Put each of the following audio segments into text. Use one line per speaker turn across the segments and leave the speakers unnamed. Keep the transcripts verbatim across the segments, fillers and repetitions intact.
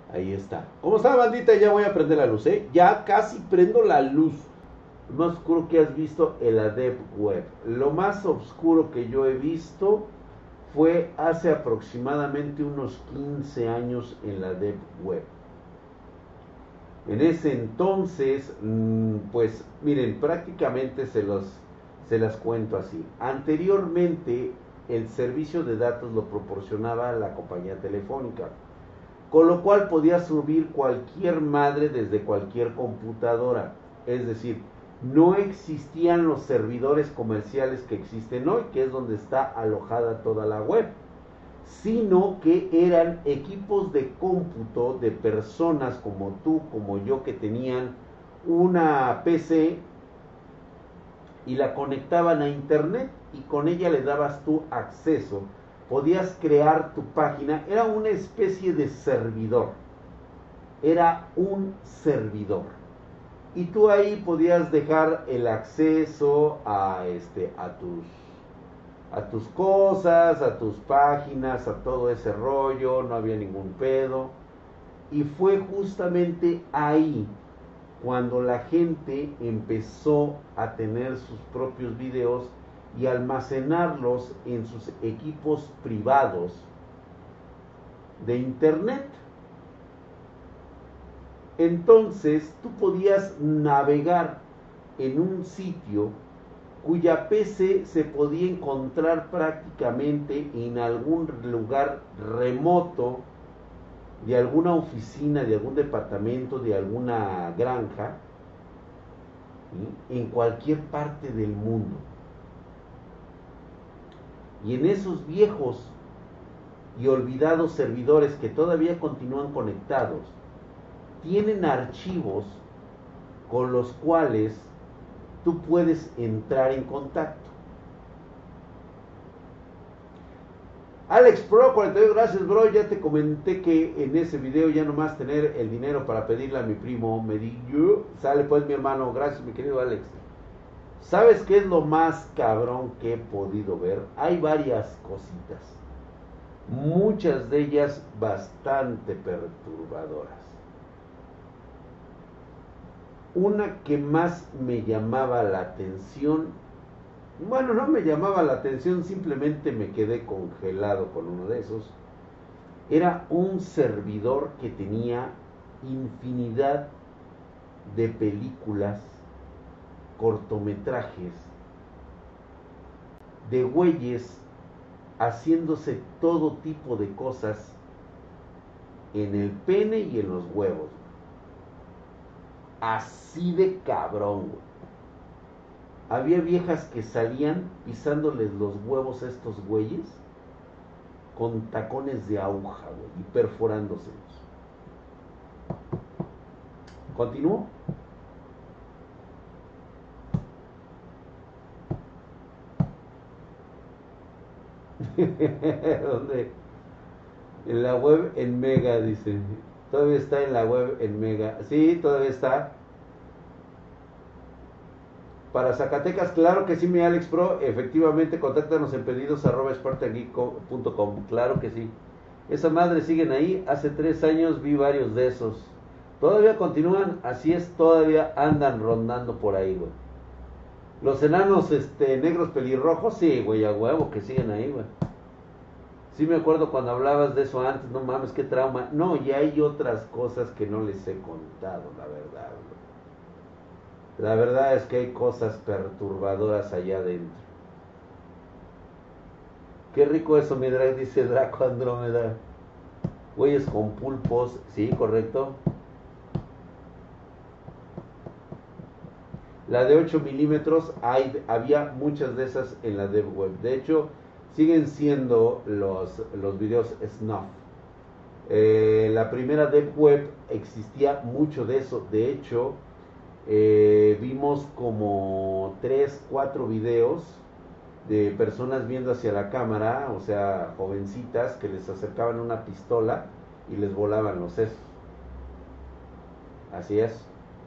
Ahí está. ¿Cómo está, bandita? Ya voy a prender la luz, ¿eh? Ya casi prendo la luz. Lo más oscuro que has visto en la Deep Web. Lo más oscuro que yo he visto fue hace aproximadamente unos quince años en la Deep Web. En ese entonces, pues miren, prácticamente se, los, se las cuento así. Anteriormente, el servicio de datos lo proporcionaba la compañía telefónica, con lo cual podía subir cualquier madre desde cualquier computadora. Es decir, no existían los servidores comerciales que existen hoy, que es donde está alojada toda la web, sino que eran equipos de cómputo de personas como tú, como yo, que tenían una P C y la conectaban a internet y con ella le dabas tú acceso. Podías crear tu página, era una especie de servidor, era un servidor. Y tú ahí podías dejar el acceso a, este, a tus a tus cosas, a tus páginas, a todo ese rollo, no había ningún pedo. Y fue justamente ahí cuando la gente empezó a tener sus propios videos y almacenarlos en sus equipos privados de internet. Entonces tú podías navegar en un sitio cuya P C se podía encontrar prácticamente en algún lugar remoto de alguna oficina, de algún departamento, de alguna granja, ¿sí?, en cualquier parte del mundo. Y en esos viejos y olvidados servidores que todavía continúan conectados, tienen archivos con los cuales tú puedes entrar en contacto. Alex Pro cuarenta y dos, gracias, bro. Ya te comenté que en ese video ya nomás tener el dinero para pedirle a mi primo me di yo. Sale pues, mi hermano. Gracias, mi querido Alex. ¿Sabes qué es lo más cabrón que he podido ver? Hay varias cositas, muchas de ellas bastante perturbadoras. Una que más me llamaba la atención, bueno, no me llamaba la atención, simplemente me quedé congelado con uno de esos. Era un servidor que tenía infinidad de películas, cortometrajes, de güeyes haciéndose todo tipo de cosas en el pene y en los huevos. Así de cabrón, güey. Había viejas que salían pisándoles los huevos a estos güeyes con tacones de aguja, güey, y perforándoselos. ¿Continúo? ¿Dónde? En la web en Mega, dice. Todavía está en la web en Mega. Sí, todavía está. Para Zacatecas, claro que sí, mi Alex Pro. Efectivamente, contáctanos en pedidos arroba spartangeek punto com. Claro que sí. Esa madre siguen ahí. Hace tres años vi varios de esos. Todavía continúan, así es, todavía andan rondando por ahí, güey. Los enanos este, negros pelirrojos, sí, güey, a huevo que siguen ahí, güey. Sí me acuerdo cuando hablabas de eso antes, no mames, qué trauma. No, y hay otras cosas que no les he contado, la verdad, güey. La verdad es que hay cosas perturbadoras allá adentro. Qué rico eso, mi drag, dice Draco Andrómeda. Güeyes con pulpos, sí, correcto. La de ocho milímetros, hay, había muchas de esas en la Deep Web. De hecho, siguen siendo los, los videos snuff. Eh, la primera Deep Web existía mucho de eso. De hecho, eh, vimos como tres, cuatro videos de personas viendo hacia la cámara, o sea, jovencitas que les acercaban una pistola y les volaban los sesos. Así es.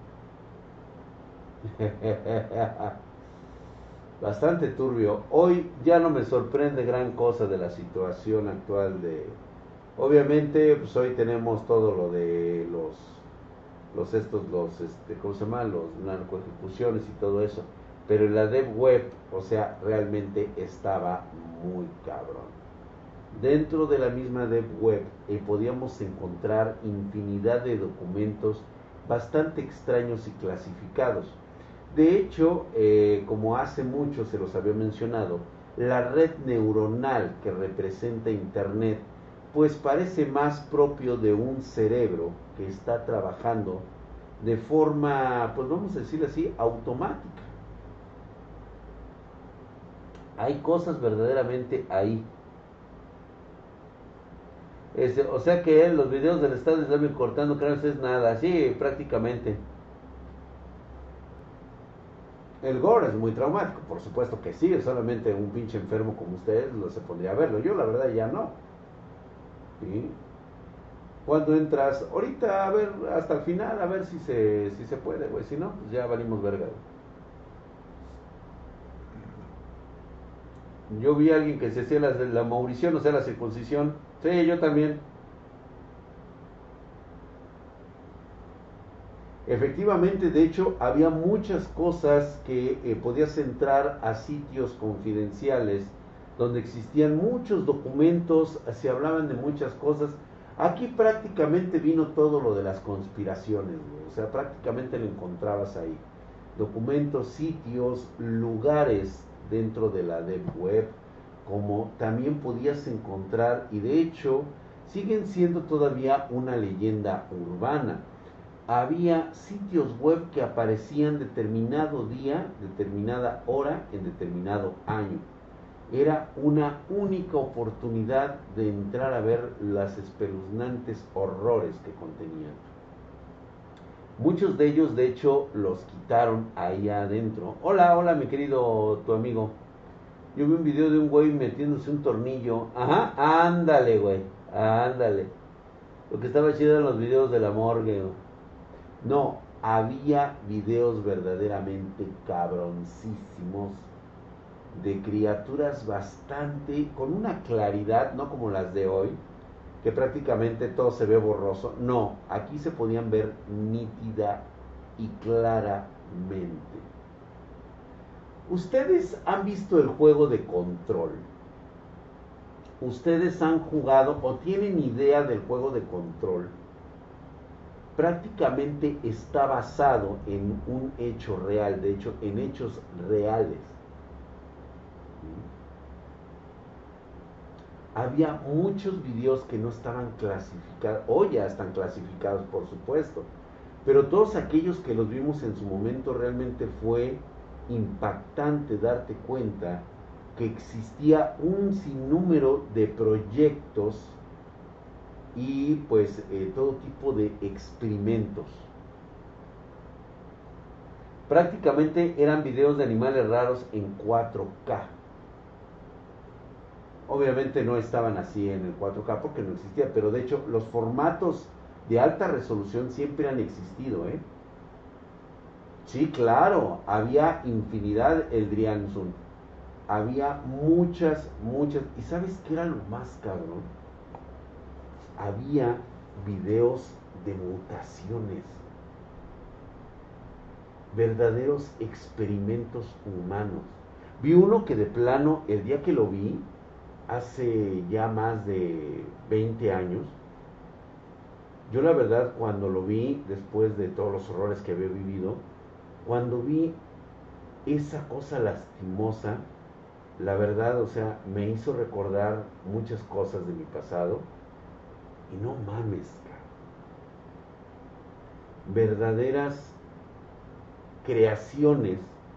Bastante turbio. Hoy ya no me sorprende gran cosa de la situación actual de, Obviamente, pues hoy tenemos todo lo de los, los estos, los, este, ¿cómo se llama? Los narcoejecuciones y todo eso. Pero en la Deep Web, o sea, realmente estaba muy cabrón. Dentro de la misma Deep Web eh, podíamos encontrar infinidad de documentos bastante extraños y clasificados. De hecho, eh, como hace mucho se los había mencionado, la red neuronal que representa Internet, pues parece más propio de un cerebro que está trabajando de forma, pues vamos a decirlo así, automática. Hay cosas verdaderamente ahí. Este, o sea que los videos del Estado Islámico cortando cráneos es nada, sí, prácticamente. El gore es muy traumático, por supuesto que sí, solamente un pinche enfermo como ustedes lo se pondría a verlo. Yo la verdad ya no. ¿Sí? Cuando entras, ahorita a ver, hasta el final, a ver si se, si se puede, güey. Si no, pues ya valimos verga. Yo vi a alguien que se hacía la, la maurición, o sea, la circuncisión. Sí, yo también. Efectivamente, de hecho, había muchas cosas que eh, podías entrar a sitios confidenciales donde existían muchos documentos, se hablaban de muchas cosas. Aquí prácticamente vino todo lo de las conspiraciones, güey. O sea, prácticamente lo encontrabas ahí. Documentos, sitios, lugares dentro de la Deep Web, como también podías encontrar, y de hecho siguen siendo todavía una leyenda urbana. Había sitios web que aparecían determinado día, determinada hora, en determinado año. Era una única oportunidad de entrar a ver las espeluznantes horrores que contenían. Muchos de ellos, de hecho, los quitaron ahí adentro. Hola, hola, mi querido tu amigo. Yo vi un video de un güey metiéndose un tornillo. Ajá, ándale, güey, ándale. Lo que estaba chido eran los videos de la morgue, güey. No, había videos verdaderamente cabroncísimos de criaturas bastante, con una claridad, no como las de hoy, que prácticamente todo se ve borroso. No, aquí se podían ver nítida y claramente. Ustedes han visto el juego de Control. Ustedes han jugado o tienen idea del juego de Control. Prácticamente está basado en un hecho real, de hecho en hechos reales. Había muchos videos que no estaban clasificados, hoy ya están clasificados por supuesto, pero todos aquellos que los vimos en su momento realmente fue impactante darte cuenta que existía un sinnúmero de proyectos y pues eh, todo tipo de experimentos. Prácticamente eran videos de animales raros en cuatro K. Obviamente no estaban así en el cuatro K porque no existía, pero de hecho los formatos de alta resolución siempre han existido, ¿eh? Sí, claro, había infinidad el Drianzun. Había muchas, muchas. ¿Y sabes qué era lo más cabrón? Había videos de mutaciones, verdaderos experimentos humanos. Vi uno que de plano, el día que lo vi, hace ya más de veinte años, yo la verdad cuando lo vi, después de todos los horrores que había vivido, cuando vi esa cosa lastimosa, la verdad, o sea, me hizo recordar muchas cosas de mi pasado. Y no mames, verdaderas creaciones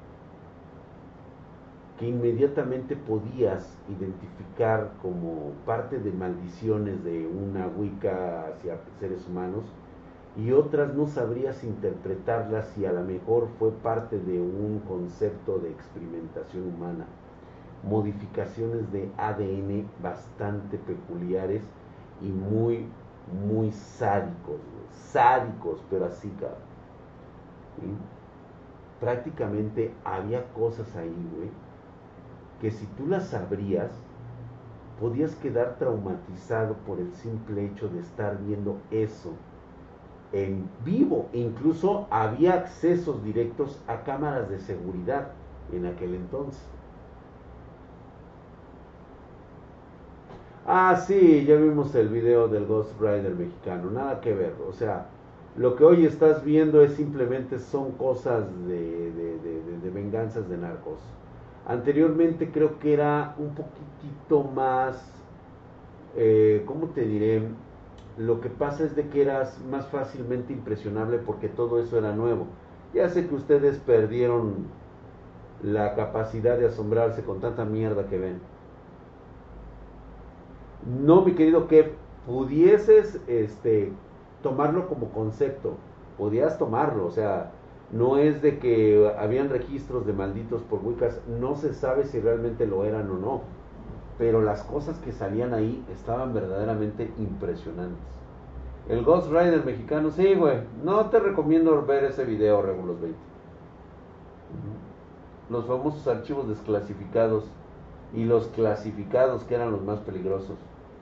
que inmediatamente podías identificar como parte de maldiciones de una Wicca hacia seres humanos, y otras no sabrías interpretarlas si a lo mejor fue parte de un concepto de experimentación humana. Modificaciones de A D N bastante peculiares y muy, muy sádicos, güey. Sádicos, pero así, cabrón. ¿Sí? Prácticamente había cosas ahí, güey, que si tú las abrías, podías quedar traumatizado por el simple hecho de estar viendo eso en vivo. E incluso había accesos directos a cámaras de seguridad en aquel entonces. Ah, sí, ya vimos el video del Ghost Rider mexicano, nada que ver, o sea, lo que hoy estás viendo es simplemente son cosas de, de, de, de, de venganzas de narcos. Anteriormente creo que era un poquitito más, eh, ¿cómo te diré? Lo que pasa es de que eras más fácilmente impresionable porque todo eso era nuevo. Ya sé que ustedes perdieron la capacidad de asombrarse con tanta mierda que ven. No, mi querido Kev, pudieses este, tomarlo como concepto, podías tomarlo, o sea, no es de que habían registros de malditos por Wiccas, no se sabe si realmente lo eran o no, pero las cosas que salían ahí estaban verdaderamente impresionantes. El Ghost Rider mexicano, sí, güey, no te recomiendo ver ese video, Regulus veinte. Los famosos archivos desclasificados y los clasificados que eran los más peligrosos.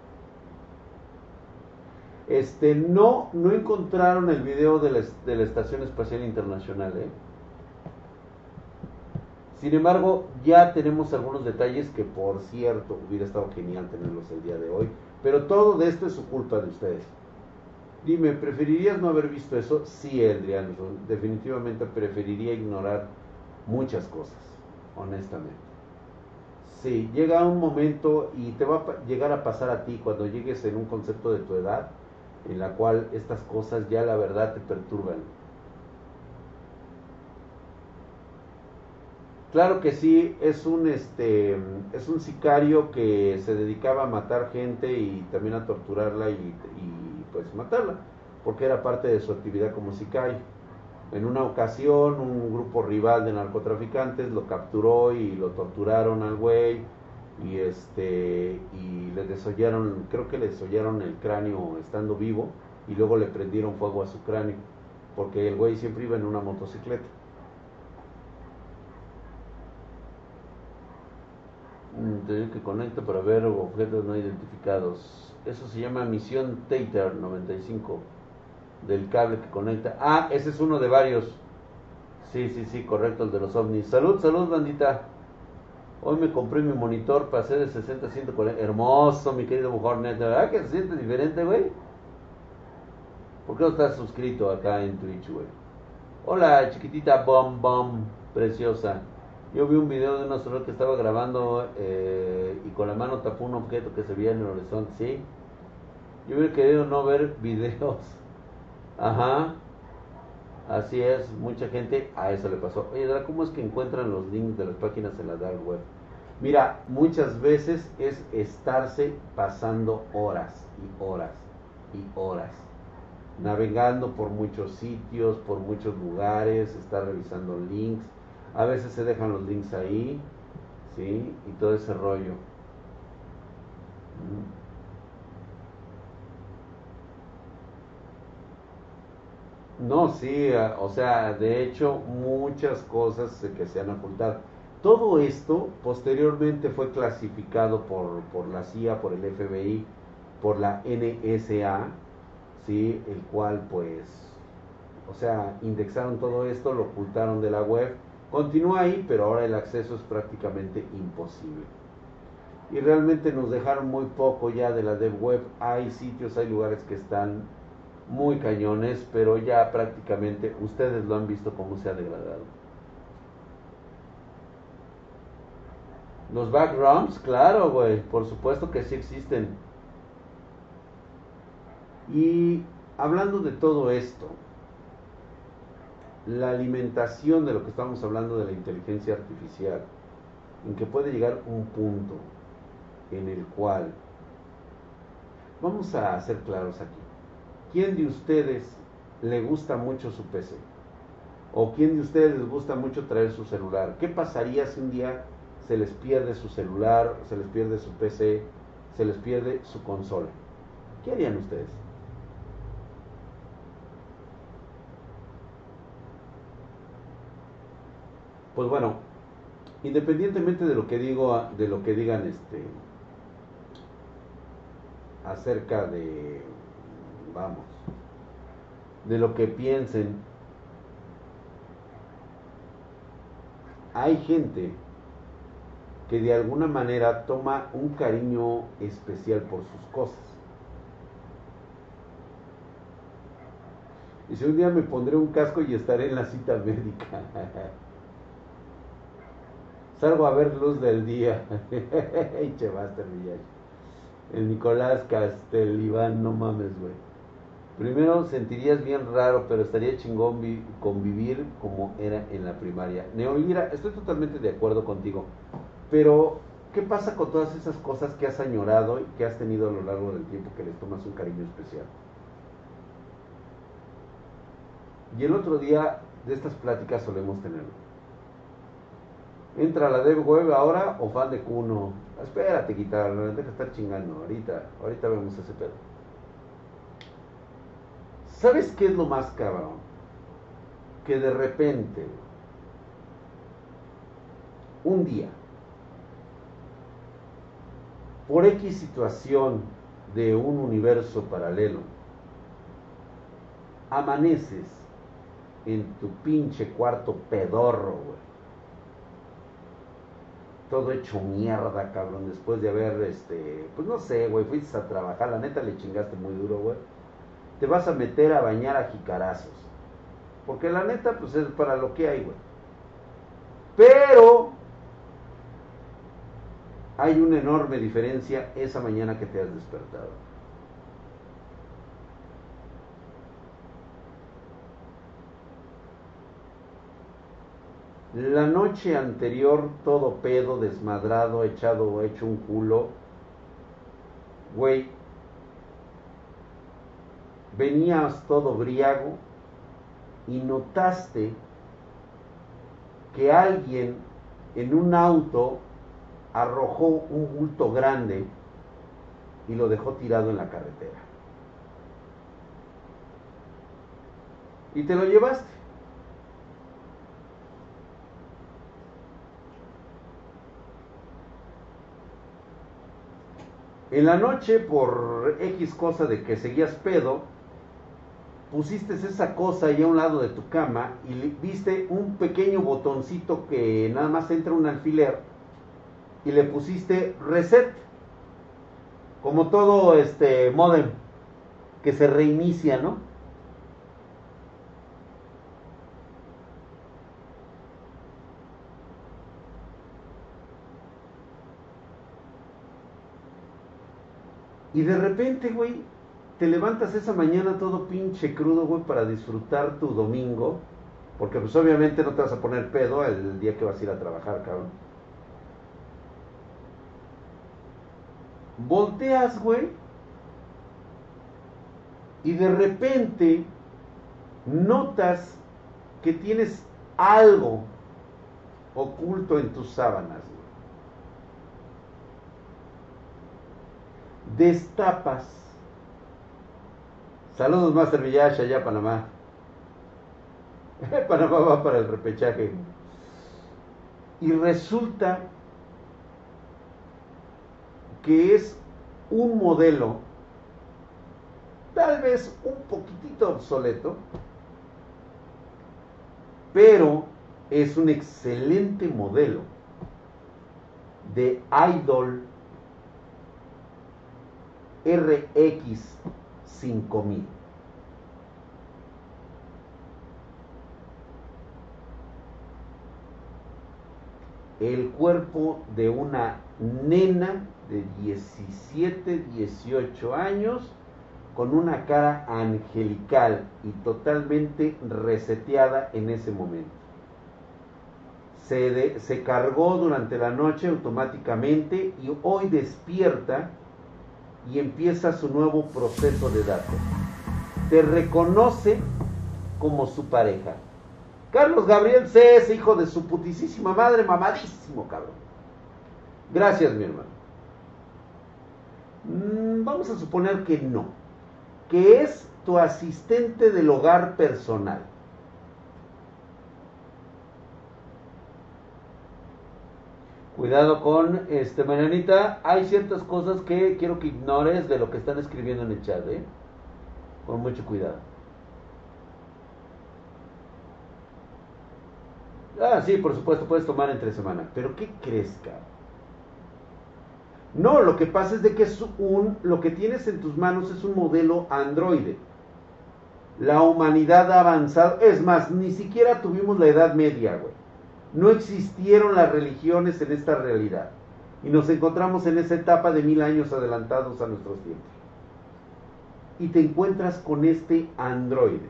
Este, no, no encontraron el video de la, de la Estación Espacial Internacional, ¿eh? Sin embargo, ya tenemos algunos detalles que, por cierto, hubiera estado genial tenerlos el día de hoy. Pero todo de esto es su culpa de ustedes. Dime, ¿preferirías no haber visto eso? Sí, Adrián, definitivamente preferiría ignorar muchas cosas, honestamente. Sí, llega un momento y te va a llegar a pasar a ti cuando llegues en un concepto de tu edad en la cual estas cosas ya la verdad te perturban. Claro que sí, es un este es un sicario que se dedicaba a matar gente y también a torturarla y, y pues matarla, porque era parte de su actividad como sicario. En una ocasión un grupo rival de narcotraficantes lo capturó y lo torturaron al güey y este y le desollaron, creo que le desollaron el cráneo estando vivo y luego le prendieron fuego a su cráneo porque el güey siempre iba en una motocicleta. Tener que conecta para ver objetos no identificados. Eso se llama misión Tater noventa y cinco del cable que conecta. Ah, ese es uno de varios. Sí, sí, sí, correcto, el de los ovnis. Salud, salud, bandita. Hoy me compré mi monitor, pasé de sesenta a ciento cuarenta. Hermoso, mi querido Hornet. ¿Verdad que se siente diferente, güey? ¿Por qué no estás suscrito acá en Twitch, güey? Hola, chiquitita Bom Bom, preciosa. Yo vi un video de un astronauta que estaba grabando eh, y con la mano tapó un objeto que se veía en el horizonte, ¿sí? Yo hubiera querido no ver videos. Ajá, así es, mucha gente a eso le pasó. Oye, Dra, ¿cómo es que encuentran los links de las páginas en la dark web? Mira, muchas veces es estarse pasando horas y horas y horas, navegando por muchos sitios, por muchos lugares, estar revisando links. A veces se dejan los links ahí, ¿sí? Y todo ese rollo. No, sí, o sea, de hecho muchas cosas que se han ocultado. Todo esto posteriormente fue clasificado por, por la C I A, por el F B I, por la N S A, ¿sí? El cual pues, o sea, indexaron todo esto, lo ocultaron de la web. Continúa ahí, pero ahora el acceso es prácticamente imposible. Y realmente nos dejaron muy poco ya de la dev web. Hay sitios, hay lugares que están muy cañones, pero ya prácticamente ustedes lo han visto cómo se ha degradado. Los backrooms, claro, güey, por supuesto que sí existen. Y hablando de todo esto, la alimentación de lo que estamos hablando de la inteligencia artificial, en que puede llegar un punto en el cual, vamos a ser claros aquí, ¿quién de ustedes le gusta mucho su P C? ¿O quién de ustedes les gusta mucho traer su celular? ¿Qué pasaría si un día se les pierde su celular, se les pierde su P C, se les pierde su consola? ¿Qué harían ustedes? Pues bueno, independientemente de lo que digo, de lo que digan este acerca de, vamos, de lo que piensen. Hay gente que de alguna manera toma un cariño especial por sus cosas. Y si un día me pondré un casco y estaré en la cita médica. Salgo a ver luz del día. Che, basta, el Nicolás Casteliván, no mames, güey. Primero sentirías bien raro, pero estaría chingón vi- convivir como era en la primaria. Neolira, estoy totalmente de acuerdo contigo. Pero, ¿qué pasa con todas esas cosas que has añorado y que has tenido a lo largo del tiempo que les tomas un cariño especial? Y el otro día de estas pláticas solemos tenerlo. ¿Entra la Dev Web ahora o fan de Kuno? Espérate, guitarra, deja de estar chingando. Ahorita, ahorita vemos ese pedo. ¿Sabes qué es lo más cabrón? Que de repente, un día, por X situación de un universo paralelo, amaneces en tu pinche cuarto pedorro, güey. Todo hecho mierda, cabrón, después de haber, este, pues no sé, güey, fuiste a trabajar, la neta le chingaste muy duro, güey. Te vas a meter a bañar a jicarazos. Porque la neta, pues es para lo que hay, güey. Pero hay una enorme diferencia esa mañana que te has despertado. La noche anterior, todo pedo, desmadrado, echado, hecho un culo. Güey, venías todo briago y notaste que alguien en un auto arrojó un bulto grande y lo dejó tirado en la carretera. Y te lo llevaste. En la noche, por X cosa de que seguías pedo, pusiste esa cosa ahí a un lado de tu cama y viste un pequeño botoncito que nada más entra un alfiler y le pusiste reset, como todo este modem que se reinicia, ¿no? Y de repente, güey, te levantas esa mañana todo pinche crudo, güey, para disfrutar tu domingo. Porque pues obviamente no te vas a poner pedo el día que vas a ir a trabajar, cabrón. Volteas, güey, y de repente notas que tienes algo oculto en tus sábanas, güey. Destapas. Saludos, Master Village, allá a Panamá. Panamá va para el repechaje. Y resulta que es un modelo tal vez un poquitito obsoleto, pero es un excelente modelo de Idol R X cinco mil. El cuerpo de una nena de diecisiete, dieciocho años con una cara angelical y totalmente reseteada en ese momento. Se, de, se cargó durante la noche automáticamente y hoy despierta y empieza su nuevo proceso de datos. Te reconoce como su pareja. Carlos Gabriel C. S, hijo de su putisísima madre, mamadísimo, cabrón. Gracias, mi hermano. Mm, vamos a suponer que no. Que es tu asistente del hogar personal. Cuidado con, este, Marianita, hay ciertas cosas que quiero que ignores de lo que están escribiendo en el chat, ¿eh? Con mucho cuidado. Ah, sí, por supuesto, puedes tomar entre semana. Pero ¿qué crees, cabrón? No, lo que pasa es de que es un, lo que tienes en tus manos es un modelo androide. La humanidad ha avanzado, es más, ni siquiera tuvimos la Edad Media, güey. No existieron las religiones en esta realidad. Y nos encontramos en esa etapa de mil años adelantados a nuestros tiempos. Y te encuentras con este androide.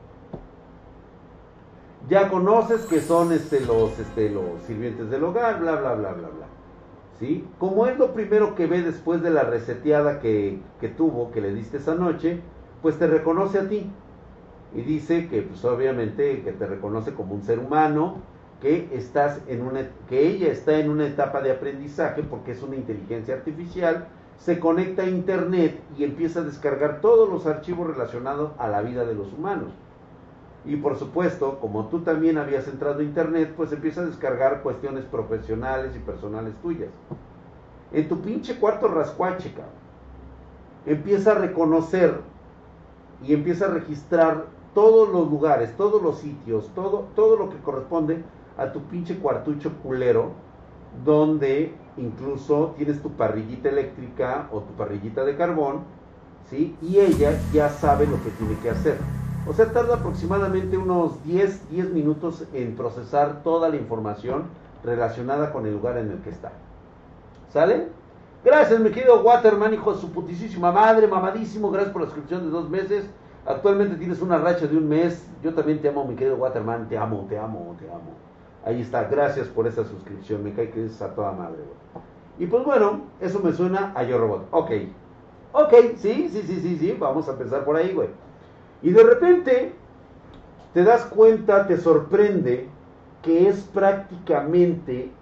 Ya conoces que son este, los, este, los sirvientes del hogar, bla, bla, bla, bla, bla. ¿Sí? Como es lo primero que ve después de la reseteada que, que tuvo, que le diste esa noche, pues te reconoce a ti. Y dice que, pues obviamente, que te reconoce como un ser humano, que estás en una, que ella está en una etapa de aprendizaje porque es una inteligencia artificial, se conecta a internet y empieza a descargar todos los archivos relacionados a la vida de los humanos. Y por supuesto, como tú también habías entrado a internet, pues empieza a descargar cuestiones profesionales y personales tuyas. En tu pinche cuarto rascuache, cabrón. Empieza a reconocer y empieza a registrar todos los lugares, todos los sitios, todo, todo lo que corresponde a tu pinche cuartucho culero, donde incluso tienes tu parrillita eléctrica o tu parrillita de carbón, ¿sí? Y ella ya sabe lo que tiene que hacer. O sea, tarda aproximadamente unos diez minutos en procesar toda la información relacionada con el lugar en el que está. ¿Sale? Gracias, mi querido Waterman, hijo de su putísima madre, mamadísimo. Gracias por la suscripción de dos meses. Actualmente tienes una racha de un mes. Yo también te amo, mi querido Waterman. Te amo, te amo, te amo. Ahí está, gracias por esa suscripción. Me cae que es a toda madre, güey. Y pues bueno, eso me suena a Yo Robot. Ok. Ok, sí, sí, sí, sí, sí. Vamos a empezar por ahí, güey. Y de repente te das cuenta, te sorprende que es prácticamente,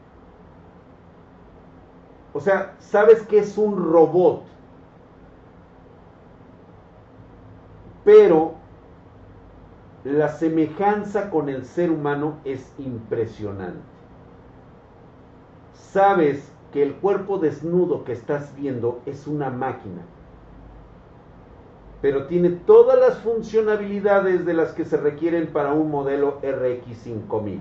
o sea, sabes que es un robot, pero la semejanza con el ser humano es impresionante. Sabes que el cuerpo desnudo que estás viendo es una máquina, pero tiene todas las funcionalidades de las que se requieren para un modelo R X cinco mil.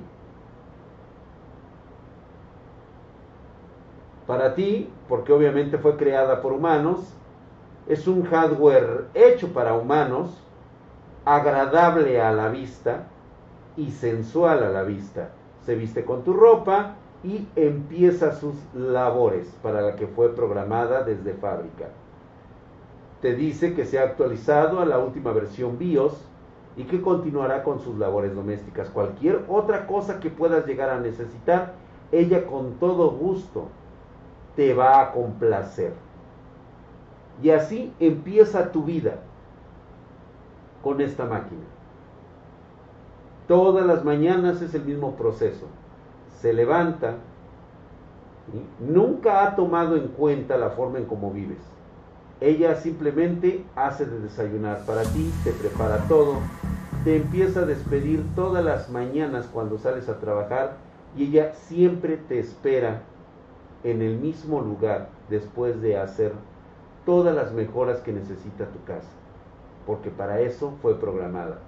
Para ti, porque obviamente fue creada por humanos, es un hardware hecho para humanos, agradable a la vista y sensual a la vista. Se viste con tu ropa y empieza sus labores para la que fue programada desde fábrica. Te dice que se ha actualizado a la última versión BIOS y que continuará con sus labores domésticas. Cualquier otra cosa que puedas llegar a necesitar, ella con todo gusto te va a complacer. Y así empieza tu vida con esta máquina. Todas las mañanas es el mismo proceso. Se levanta, ¿sí? Nunca ha tomado en cuenta la forma en cómo vives. Ella simplemente hace de desayunar para ti, te prepara todo, te empieza a despedir todas las mañanas cuando sales a trabajar y ella siempre te espera en el mismo lugar después de hacer todas las mejoras que necesita tu casa, porque para eso fue programada.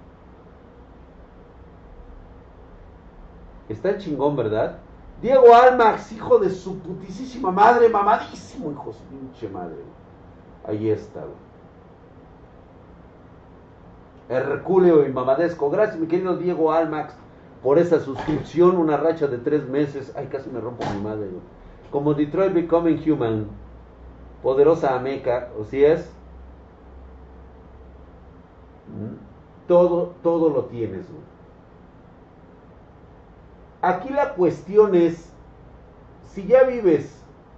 Está chingón, ¿verdad? Diego Almax, hijo de su putísima madre, mamadísimo, hijo de su pinche madre. Ahí está, güey. Herculeo y mamadesco. Gracias, mi querido Diego Almax, por esa suscripción. Una racha de tres meses. Ay, casi me rompo mi madre, güey. Como Detroit Becoming Human. Poderosa Ameca, ¿o si es? Todo, todo lo tienes, güey. Aquí la cuestión es, si ya vives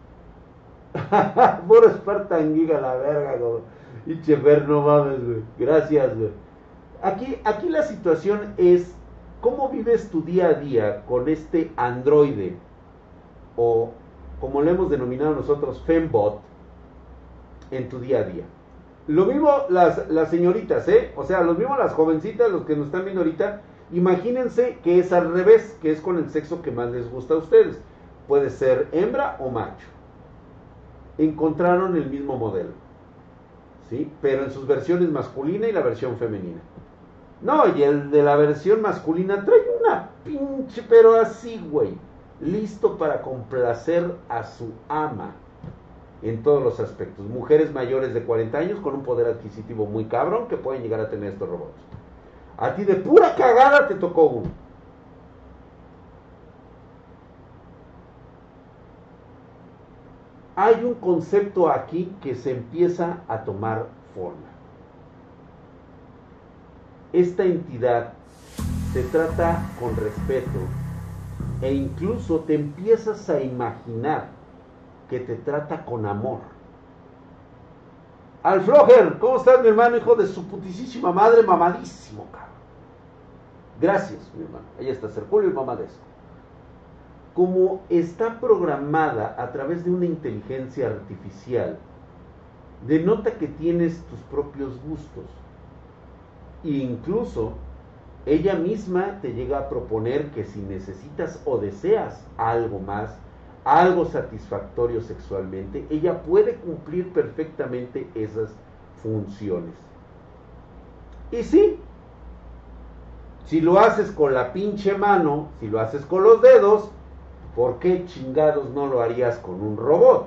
puro Spartan Giga, la verga, güey. Y Chefer, no mames, güey. Gracias, güey. Aquí, aquí la situación es cómo vives tu día a día con este androide, o como lo hemos denominado nosotros, Fembot, en tu día a día. Lo mismo las, las señoritas, ¿eh? O sea, lo mismo las jovencitas, los que nos están viendo ahorita. Imagínense que es al revés, que es con el sexo que más les gusta a ustedes. puede ser hembra o macho. Encontraron el mismo modelo, ¿sí? Pero en sus versiones masculina y la versión femenina. No, y el de la versión masculina trae una pinche, pero así, güey, listo para complacer a su ama en todos los aspectos. Mujeres mayores de cuarenta años con un poder adquisitivo muy cabrón que pueden llegar a tener estos robots. A ti de pura cagada te tocó uno. Hay un concepto aquí que se empieza a tomar forma. Esta entidad te trata con respeto e incluso te empiezas a imaginar que te trata con amor. Alfloger, ¿cómo estás, mi hermano? Hijo de su putisísima madre, mamadísimo, cabrón. Gracias, mi hermano. Ahí está, Serpulio y mamadesco. Como está programada a través de una inteligencia artificial, denota que tienes tus propios gustos. E incluso ella misma te llega a proponer que si necesitas o deseas algo más, algo satisfactorio sexualmente, ella puede cumplir perfectamente esas funciones. Y sí, si lo haces con la pinche mano, si lo haces con los dedos, ¿por qué chingados no lo harías con un robot?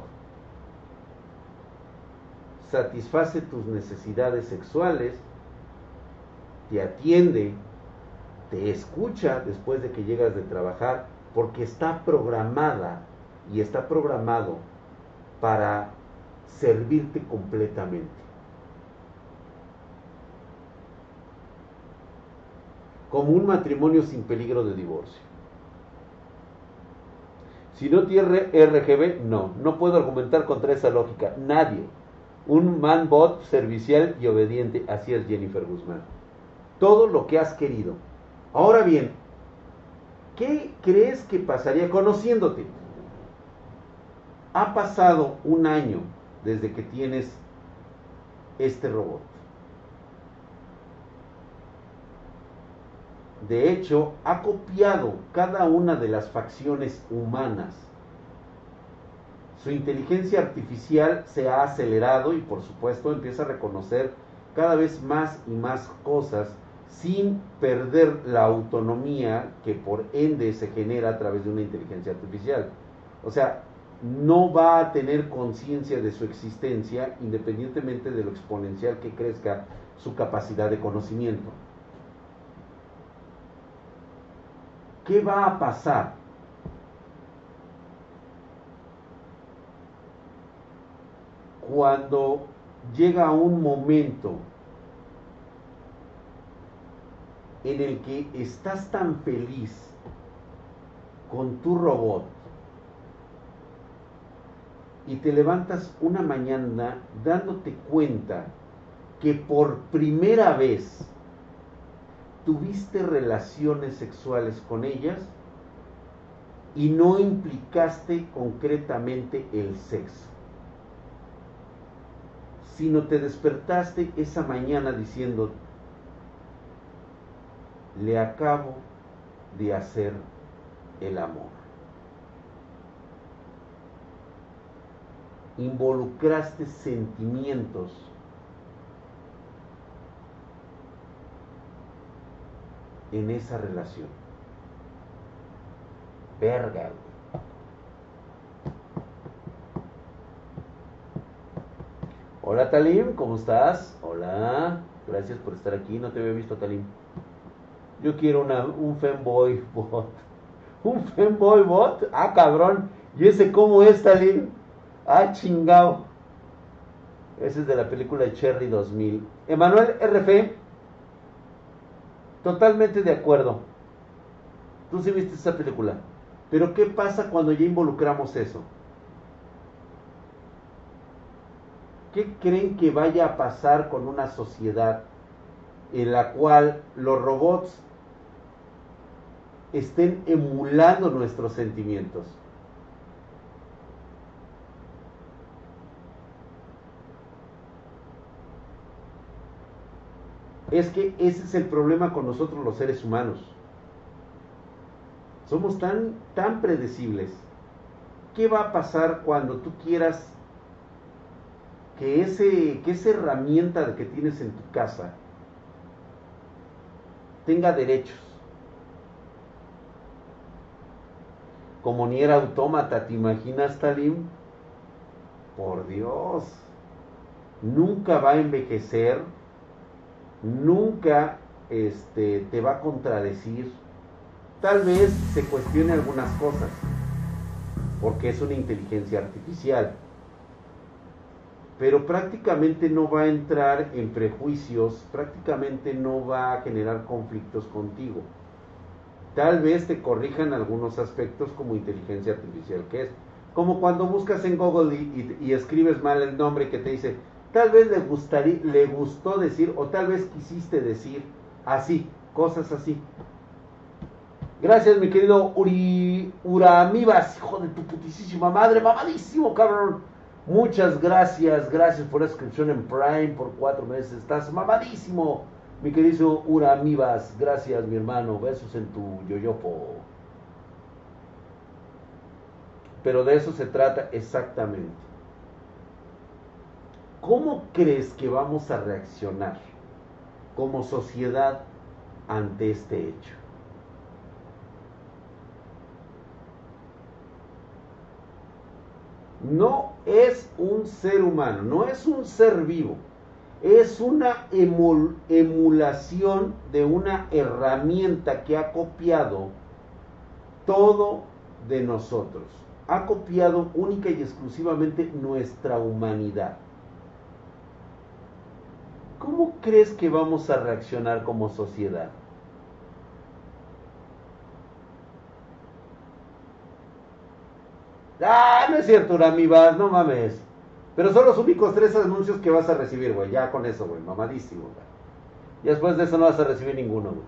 Satisface tus necesidades sexuales, te atiende, te escucha después de que llegas de trabajar, porque está programada y está programado para servirte completamente. Como un matrimonio sin peligro de divorcio. Si no tiene R G B, no, no puedo argumentar contra esa lógica. Nadie. Un man-bot servicial y obediente. Así es, Jennifer Guzmán. Todo lo que has querido. Ahora bien, ¿qué crees que pasaría conociéndote? Ha pasado un año desde que tienes este robot. De hecho, ha copiado cada una de las facciones humanas. Su inteligencia artificial se ha acelerado y, por supuesto, empieza a reconocer cada vez más y más cosas sin perder la autonomía que por ende se genera a través de una inteligencia artificial. O sea, no va a tener conciencia de su existencia independientemente de lo exponencial que crezca su capacidad de conocimiento. ¿Qué va a pasar? Cuando llega un momento en el que estás tan feliz con tu robot y te levantas una mañana dándote cuenta que por primera vez tuviste relaciones sexuales con ellas y no implicaste concretamente el sexo, sino te despertaste esa mañana diciendo: le acabo de hacer el amor. Involucraste sentimientos en esa relación. Verga, güey. Hola, Talim, ¿cómo estás? Hola, gracias por estar aquí, no te había visto, Talim. Yo quiero una, un femboy bot. ¿Un femboy bot? Ah, cabrón. ¿Y ese cómo es, Talim? Ah, chingao. Ese es de la película Cherry dos mil. Emanuel R F, totalmente de acuerdo. Tú sí viste esa película. Pero ¿qué pasa cuando ya involucramos eso? ¿Qué creen que vaya a pasar con una sociedad en la cual los robots estén emulando nuestros sentimientos? Es que ese es el problema con nosotros los seres humanos. Somos tan, tan predecibles ¿qué va a pasar cuando tú quieras que, ese, que esa herramienta que tienes en tu casa tenga derechos? Como Nier Automata, ¿te imaginas, Talim? Por Dios, nunca va a envejecer, nunca este, te va a contradecir. Tal vez se cuestione algunas cosas, porque es una inteligencia artificial, pero prácticamente no va a entrar en prejuicios, prácticamente no va a generar conflictos contigo. Tal vez te corrijan algunos aspectos como inteligencia artificial que es. Como cuando buscas en Google y, y, y escribes mal el nombre que te dice, tal vez le, gustaría, le gustó decir, o tal vez quisiste decir así, cosas así. Gracias, mi querido Uri, Uramibas, hijo de tu putísima madre, mamadísimo, cabrón. Muchas gracias, gracias por la suscripción en Prime por cuatro meses. Estás mamadísimo, mi querido Uramibas. Gracias, mi hermano. Besos en tu yoyopo. Pero de eso se trata exactamente. ¿Cómo crees que vamos a reaccionar como sociedad ante este hecho? No es un ser humano, no es un ser vivo, es una emul emulación de una herramienta que ha copiado todo de nosotros, ha copiado única y exclusivamente nuestra humanidad. ¿Cómo crees que vamos a reaccionar como sociedad? Ah, no es cierto, Uramibas, no mames. Pero son los únicos tres anuncios que vas a recibir, güey. Ya con eso, güey. Mamadísimo, güey. Y después de eso no vas a recibir ninguno, güey.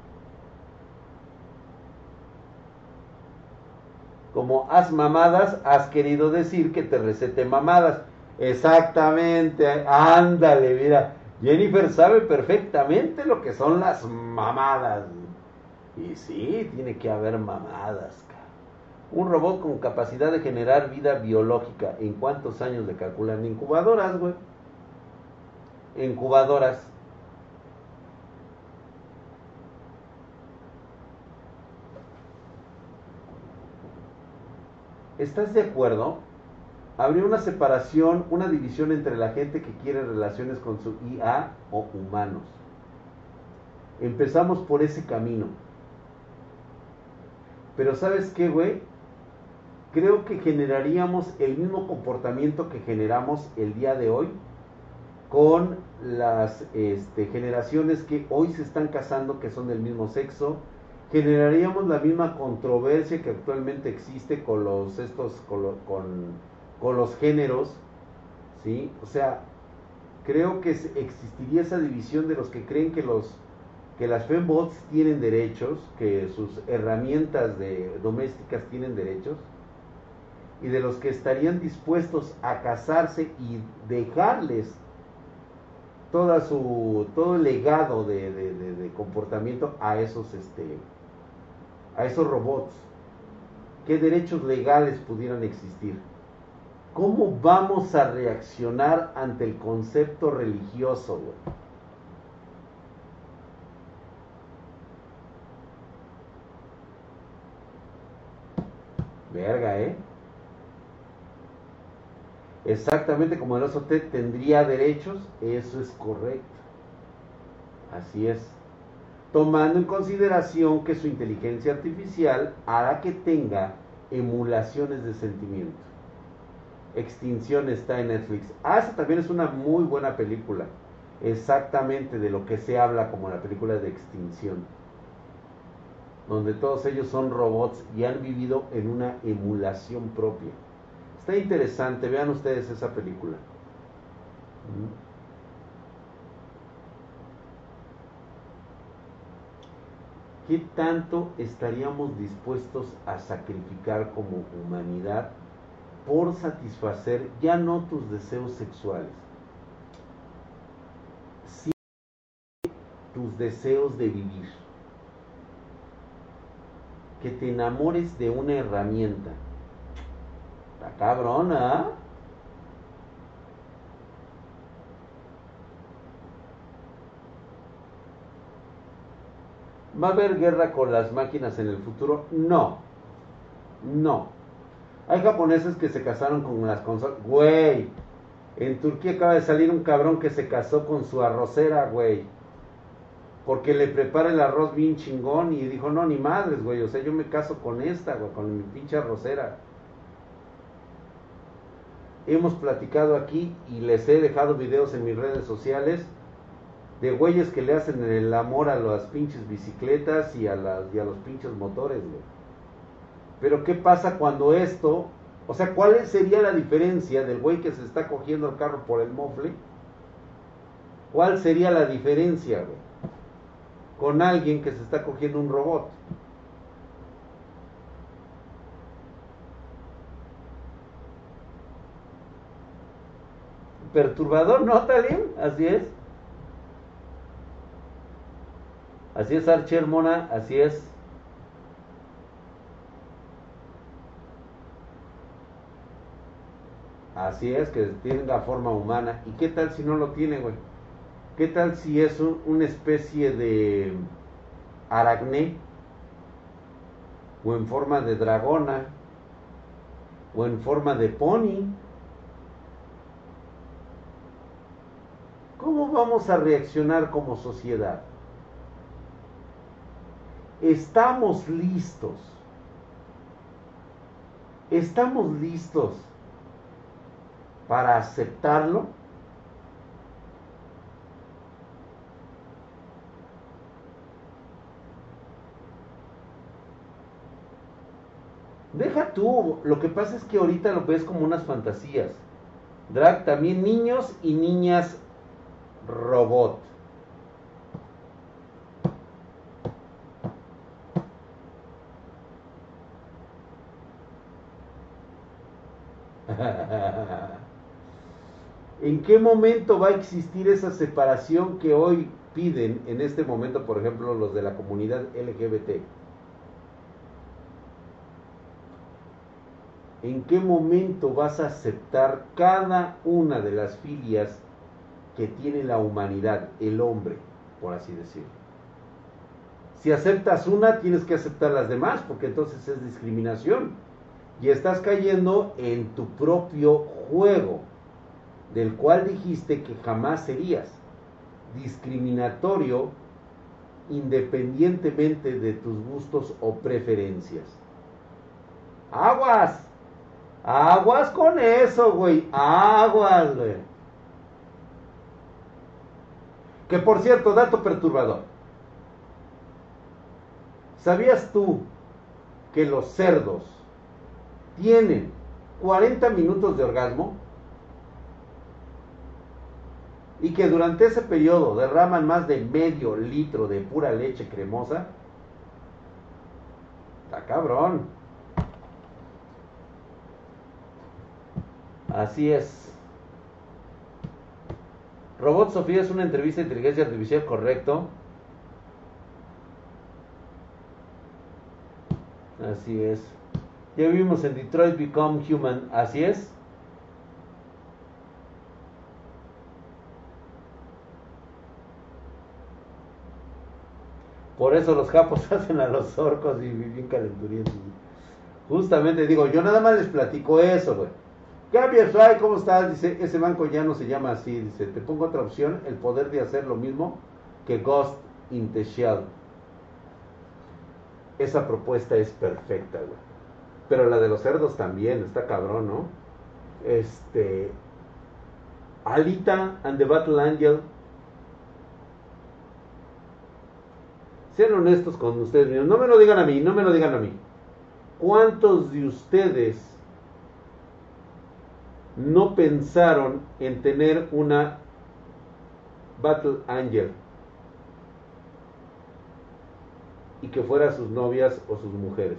Como haz mamadas, has querido decir que te recete mamadas. Exactamente. Ándale, mira. Jennifer sabe perfectamente lo que son las mamadas. Y sí, tiene que haber mamadas. Un robot con capacidad de generar vida biológica. ¿En cuántos años le calculan? Incubadoras, güey. Incubadoras. ¿Estás de acuerdo? Habría una separación, una división entre la gente que quiere relaciones con su I A o humanos. Empezamos por ese camino. Pero ¿sabes qué, güey? Creo que generaríamos el mismo comportamiento que generamos el día de hoy con las este, generaciones que hoy se están casando, que son del mismo sexo. Generaríamos la misma controversia que actualmente existe con los estos con, lo, con, con los géneros, ¿sí? O sea, creo que existiría esa división de los que creen que los que las fembots tienen derechos, que sus herramientas de, domésticas tienen derechos, y de los que estarían dispuestos a casarse y dejarles toda su todo el legado de, de, de, de comportamiento a esos este a esos robots. ¿Qué derechos legales pudieran existir? ¿Cómo vamos a reaccionar ante el concepto religioso, güey? Verga, ¿eh? Exactamente como el oso T tendría derechos, eso es correcto. Así es. Tomando en consideración que su inteligencia artificial hará que tenga emulaciones de sentimiento. Extinción está en Netflix. Ah, esa también es una muy buena película. Exactamente de lo que se habla como la película de Extinción. Donde todos ellos son robots y han vivido en una emulación propia. Está interesante, vean ustedes esa película. ¿Qué tanto estaríamos dispuestos a sacrificar como humanidad por satisfacer ya no tus deseos sexuales, sino tus deseos de vivir? Que te enamores de una herramienta Está cabrona. ¿Va a haber guerra con las máquinas en el futuro? No. No. Hay japoneses que se casaron con las consolas. Güey. En Turquía acaba de salir un cabrón que se casó con su arrocera, güey. Porque le prepara el arroz bien chingón y dijo, no, ni madres, güey. O sea, yo me caso con esta, güey, con mi pinche arrocera. Hemos platicado aquí y les he dejado videos en mis redes sociales de güeyes que le hacen el amor a las pinches bicicletas y a, las, y a los pinches motores, güey. Pero ¿qué pasa cuando esto... O sea, ¿cuál sería la diferencia del güey que se está cogiendo el carro por el mofle? ¿Cuál sería la diferencia, güey? Con alguien que se está cogiendo un robot. Perturbador, ¿no, Talim? Así es. Así es, Archer Mona, así es. Así es, que tenga forma humana. ¿Y qué tal si no lo tiene, güey? ¿Qué tal si es un, una especie de aracné? O en forma de dragona. O en forma de pony. ¿Cómo vamos a reaccionar como sociedad? Estamos listos. Estamos listos para aceptarlo. Deja tú, lo que pasa es que ahorita lo ves como unas fantasías. Drag también niños y niñas robot. ¿En qué momento va a existir esa separación que hoy piden en este momento, por ejemplo, los de la comunidad L G B T? ¿En qué momento vas a aceptar cada una de las filias que tiene la humanidad, el hombre, por así decirlo? Si aceptas una, tienes que aceptar las demás, porque entonces es discriminación. Y estás cayendo en tu propio juego, del cual dijiste que jamás serías discriminatorio independientemente de tus gustos o preferencias. ¡Aguas! ¡Aguas con eso, güey! ¡Aguas, güey! Que por cierto, dato perturbador. ¿Sabías tú que los cerdos tienen cuarenta minutos de orgasmo? Y que durante ese periodo derraman más de medio litro de pura leche cremosa. Está cabrón. Así es. Robot Sofía es una entrevista de inteligencia artificial, correcto. Así es. Ya vivimos en Detroit Become Human. Así es. Por eso los japos hacen a los orcos y bien calenturientos. Justamente digo, yo nada más les platico eso, güey. Gaby Fly, ¿cómo estás? Dice, ese banco ya no se llama así. Dice, te pongo otra opción, el poder de hacer lo mismo que Ghost in the Shell. Esa propuesta es perfecta, güey. Pero la de los cerdos también, está cabrón, ¿no? Este... Alita and the Battle Angel. Sean honestos con ustedes mismos. No me lo digan a mí, no me lo digan a mí. ¿Cuántos de ustedes no pensaron en tener una Battle Angel y que fuera sus novias o sus mujeres?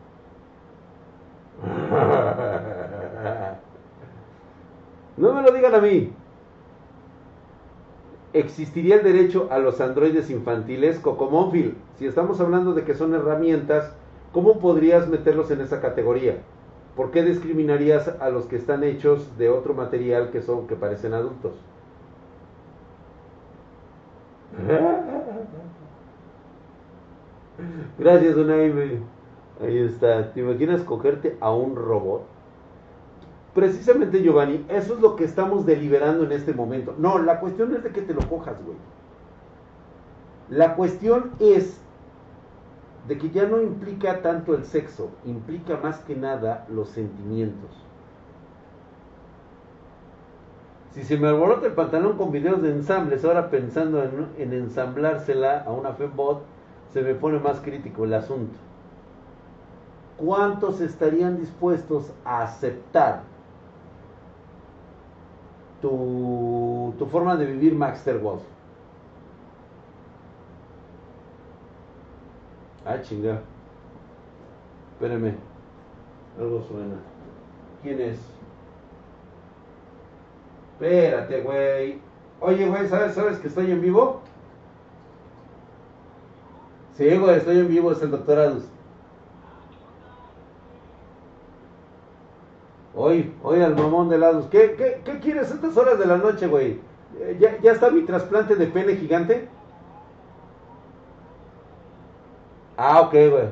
No me lo digan a mí. ¿Existiría el derecho a los androides infantiles? Cocomónfil, si estamos hablando de que son herramientas, ¿cómo podrías meterlos en esa categoría? ¿por qué discriminarías a los que están hechos de otro material que son, que parecen adultos? Gracias, Unai. Ahí está. ¿Te imaginas cogerte a un robot? Precisamente, Giovanni, eso es lo que estamos deliberando en este momento. No, la cuestión es de que te lo cojas, güey. La cuestión es de que ya no implica tanto el sexo, implica más que nada los sentimientos. Si se me alborota el pantalón con videos de ensambles, ahora pensando en, en ensamblársela a una fembot, se me pone más crítico el asunto. ¿Cuántos estarían dispuestos a aceptar tu, tu forma de vivir, Maxter Wolf? Ah, chinga. Espérame. Algo suena. ¿Quién es? Espérate, güey. Oye, güey, ¿sabes, ¿sabes que estoy en vivo? Sí, güey, estoy en vivo, es el doctor Adus. Oye, oye, al mamón de Adus. ¿Qué, qué, ¿Qué quieres a estas horas de la noche, güey? ¿Ya, ¿Ya está mi trasplante de pene gigante? Ah, ok, güey.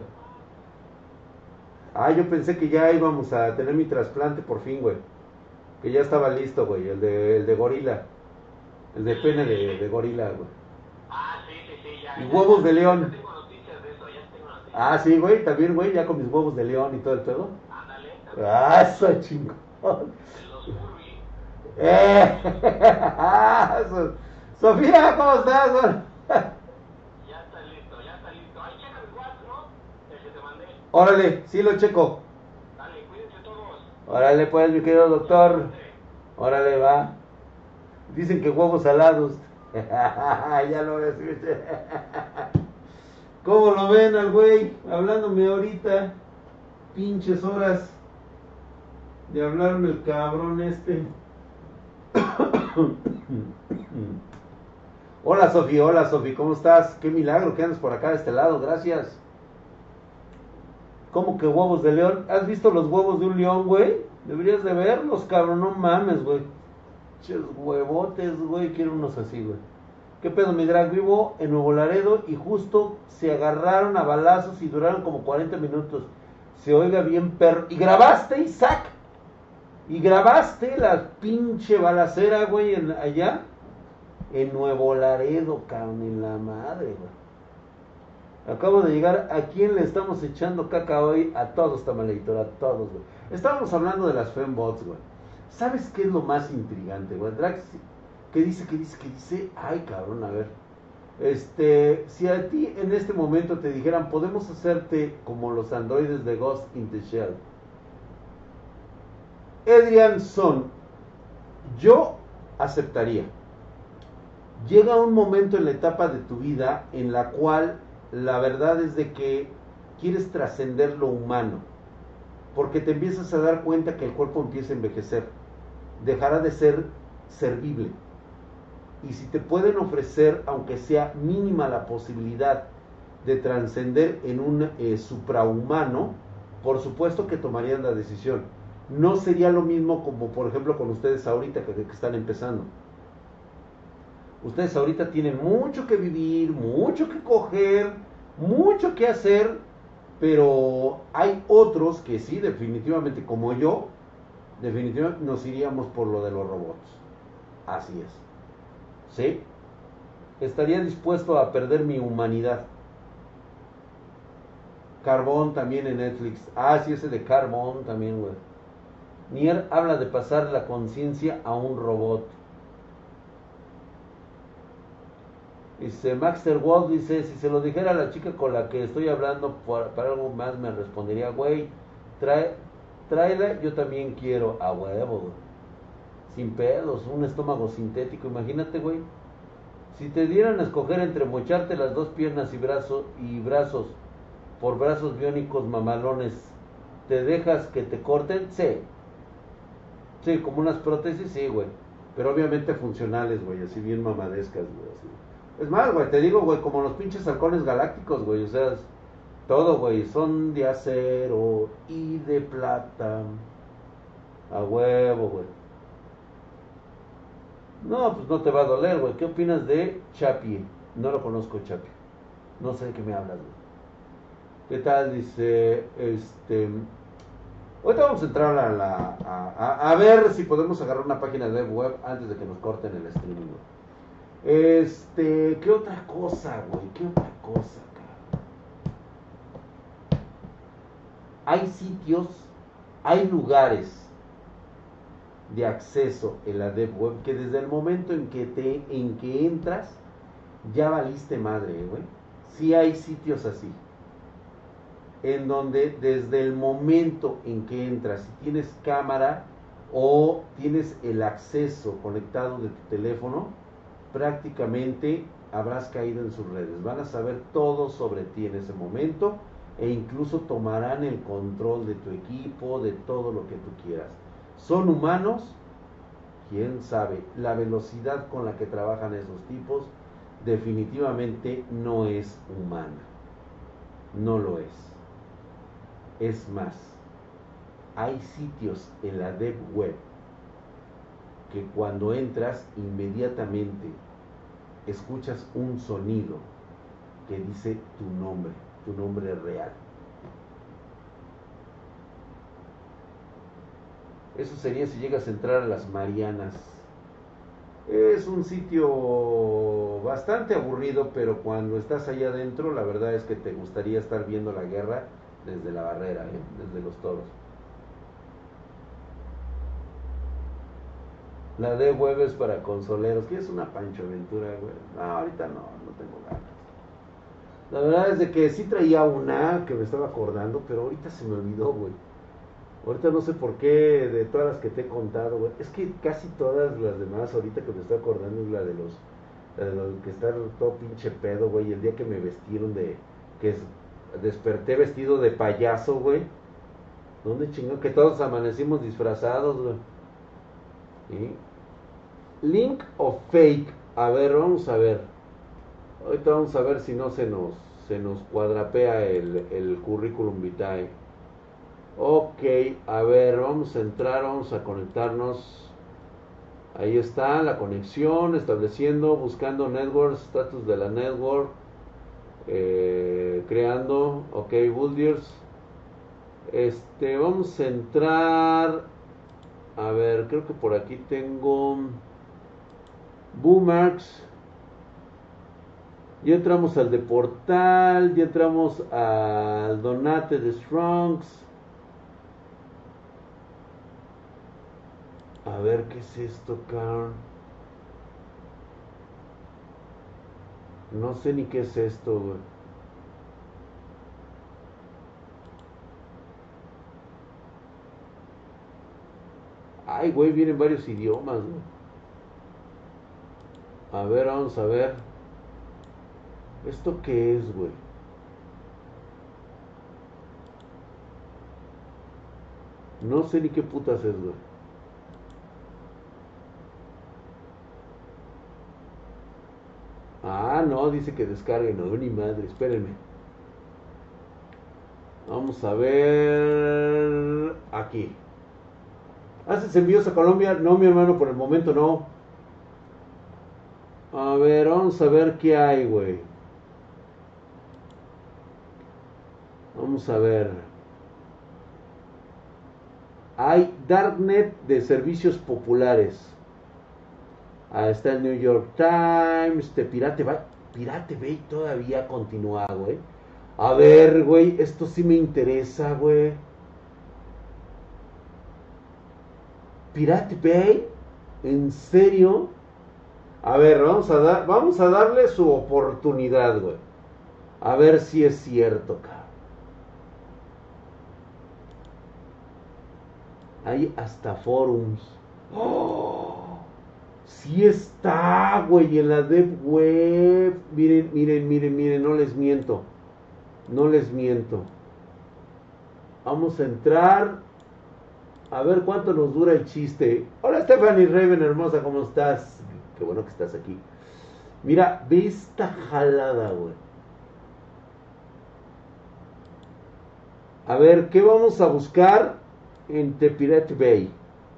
Ah, yo pensé que ya íbamos a tener mi trasplante por fin, güey. Que ya estaba listo, güey. El de, el de gorila. El de pene de, de gorila, güey.
Ah, sí, sí, sí, ya.
Y huevos de león.
Ya tengo noticias de eso, ya tengo noticias.
Ah, sí, güey, también, güey, ya con mis huevos de león y todo el pedo.
Ándale.
Ah, eso chingón.
De los furry.
Eh. So- Sofía, ¿cómo estás?
Ya está listo, ya está listo. Ahí checa el WhatsApp, ¿no? El que te mandé.
Órale, sí lo checo.
Dale, cuídense todos.
Órale, pues, mi querido doctor. Órale, va. Dicen que huevos salados. Ya lo ves. ¿Cómo lo ven al güey? Hablándome ahorita. Pinches horas de hablarme el cabrón este. Hola Sofi, hola Sofi, ¿cómo estás? Qué milagro que andas por acá de este lado, gracias. ¿Cómo que huevos de león? ¿Has visto los huevos de un león, güey? Deberías de verlos, cabrón, no mames, güey. Ches huevotes, güey, quiero unos así, güey. ¿Qué pedo, mi drag? Vivo en Nuevo Laredo y justo se agarraron a balazos y duraron como cuarenta minutos. Se oiga bien perro. ¿Y grabaste, Isaac? ¿Y grabaste la pinche balacera, güey, en, allá? En Nuevo Laredo, cabrón, en la madre, güey. Acabo de llegar. ¿A quién le estamos echando caca hoy? A todos, Tamaleditor, a todos, güey. Estábamos hablando de las fembots, güey. ¿Sabes qué es lo más intrigante, güey? Drax, ¿qué dice, qué dice, qué dice? Ay, cabrón, a ver. Este, si a ti en este momento te dijeran, podemos hacerte como los androides de Ghost in the Shell. Adrian Son, yo aceptaría. Llega un momento en la etapa de tu vida en la cual la verdad es de que quieres trascender lo humano, porque te empiezas a dar cuenta que el cuerpo empieza a envejecer, dejará de ser servible, y si te pueden ofrecer, aunque sea mínima la posibilidad de trascender en un eh, suprahumano, por supuesto que tomarían la decisión. No sería lo mismo como por ejemplo con ustedes ahorita que, que están empezando. Ustedes ahorita tienen mucho que vivir, mucho que coger, mucho que hacer, pero hay otros que sí, definitivamente, como yo, definitivamente nos iríamos por lo de los robots. Así es. ¿Sí? Estaría dispuesto a perder mi humanidad. Carbón también en Netflix. Ah, sí, ese de Carbón también, güey. Nier habla de pasar la conciencia a un robot. Dice Maxter Wolf, dice, si se lo dijera a la chica con la que estoy hablando por, para algo más, me respondería, güey, trae, tráela, yo también quiero, a huevo, güey. Sin pedos, un estómago sintético, imagínate, güey. Si te dieran a escoger entre mocharte las dos piernas y, brazo, y brazos por brazos biónicos mamalones, ¿te dejas que te corten? Sí. Sí, como unas prótesis, sí, güey. Pero obviamente funcionales, güey, así bien mamadescas, güey, así. Es más, güey, te digo, güey, como los pinches halcones galácticos, güey, o sea, Todo, güey, son de acero y de plata. A huevo, güey. No, pues no te va a doler, güey. ¿Qué opinas de Chapi? No lo conozco, Chapi. No sé de qué me hablas, güey. ¿Qué tal? Dice, este... Ahorita vamos a entrar a la... A, a, a ver si podemos agarrar una página de web antes de que nos corten el streaming, güey. Este... ¿Qué otra cosa, güey? ¿Qué otra cosa, cabrón? Hay sitios, hay lugares de acceso en la Deep Web que desde el momento en que te en que entras ya valiste madre, güey. Sí hay sitios así en donde desde el momento en que entras, si tienes cámara o tienes el acceso conectado de tu teléfono, prácticamente habrás caído en sus redes. Van a saber todo sobre ti en ese momento e incluso tomarán el control de tu equipo, de todo lo que tú quieras. ¿Son humanos? ¿Quién sabe? La velocidad con la que trabajan esos tipos definitivamente no es humana. No lo es. Es más, hay sitios en la Deep Web que cuando entras inmediatamente escuchas un sonido que dice tu nombre, tu nombre real. Eso sería si llegas a entrar a las Marianas. Es un sitio bastante aburrido, pero cuando estás allá adentro, la verdad es que te gustaría estar viendo la guerra desde la barrera, ¿eh? Desde los toros. La de web es para consoleros. ¿Qué es una Pancho Aventura, güey? No, ahorita no, no tengo ganas. La verdad es de que sí traía una que me estaba acordando, pero ahorita se me olvidó, güey. Ahorita no sé por qué, de todas las que te he contado, güey. Es que casi todas las demás, ahorita que me estoy acordando, es la de los, la de los que están todo pinche pedo, güey. El día que me vestieron de, que es, desperté vestido de payaso, güey. ¿Dónde chingón? Que todos amanecimos disfrazados, güey. ¿Sí? Link o fake. A ver, vamos a ver. Ahorita vamos a ver si no se nos, se nos cuadrapea el, el currículum vitae. Ok, a ver, vamos a entrar, vamos a conectarnos. Ahí está la conexión, estableciendo, buscando network, status de la network, eh, creando, ok, Buildiers. Este, vamos a entrar, a ver, creo que por aquí tengo Bookmarks. Ya entramos al de Portal, ya entramos al Donate de Strongs. A ver, ¿qué es esto, Carl? No sé ni qué es esto, güey. Ay, güey, vienen varios idiomas, güey. A ver, vamos a ver. ¿Esto qué es, güey? No sé ni qué putas es, güey. Ah, no, dice que descargue. No, ni madre, espérenme. Vamos a ver. Aquí. ¿Haces envíos a Colombia? No, mi hermano, por el momento no. A ver, vamos a ver qué hay, güey. Vamos a ver. Hay Darknet de servicios populares. Ah, está el New York Times. Este Pirate Bay. Pirate Bay todavía continúa, güey. A ver, güey, esto sí me interesa, güey. Pirate Bay, ¿en serio? A ver, vamos a dar, vamos a darle su oportunidad, güey. A ver si es cierto, cabrón. Hay hasta forums. ¡Oh! Sí está, güey, en la Deep Web. Miren, miren, miren, miren, no les miento. No les miento. Vamos a entrar. A ver cuánto nos dura el chiste. Hola Stephanie Raven, hermosa, ¿cómo estás? Qué bueno que estás aquí. Mira, ve esta jalada, güey. A ver, ¿qué vamos a buscar en The Pirate Bay?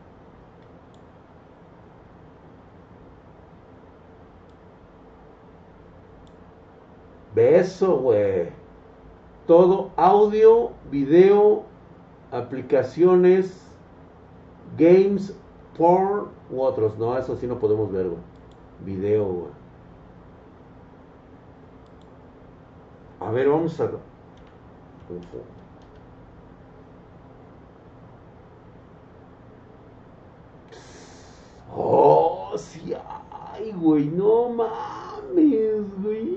Beso, güey. Todo audio, video, aplicaciones, games, porn u otros. No, eso sí no podemos ver, güey. Video, güey. A ver, vamos a... Oh, sí, ay, güey, no mames, güey.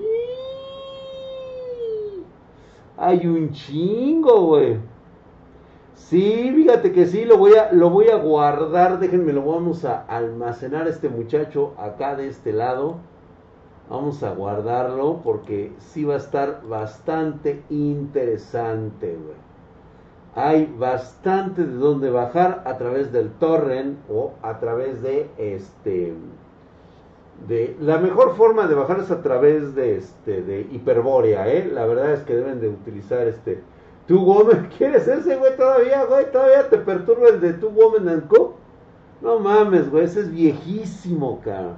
Hay un chingo, güey. Sí, fíjate que sí, lo voy a, lo voy a guardar. Déjenme, lo vamos a almacenar este muchacho acá de este lado. Vamos a guardarlo porque sí va a estar bastante interesante, güey. Hay bastante de donde bajar a través del torrent o a través de este de la mejor forma de bajar es a través de este de Hiperbórea, eh. La verdad es que deben de utilizar este Two Woman. ¿Quieres ese, güey? Todavía, güey, todavía te perturba el de Two Woman and Co. No mames, güey, ese es viejísimo, cara.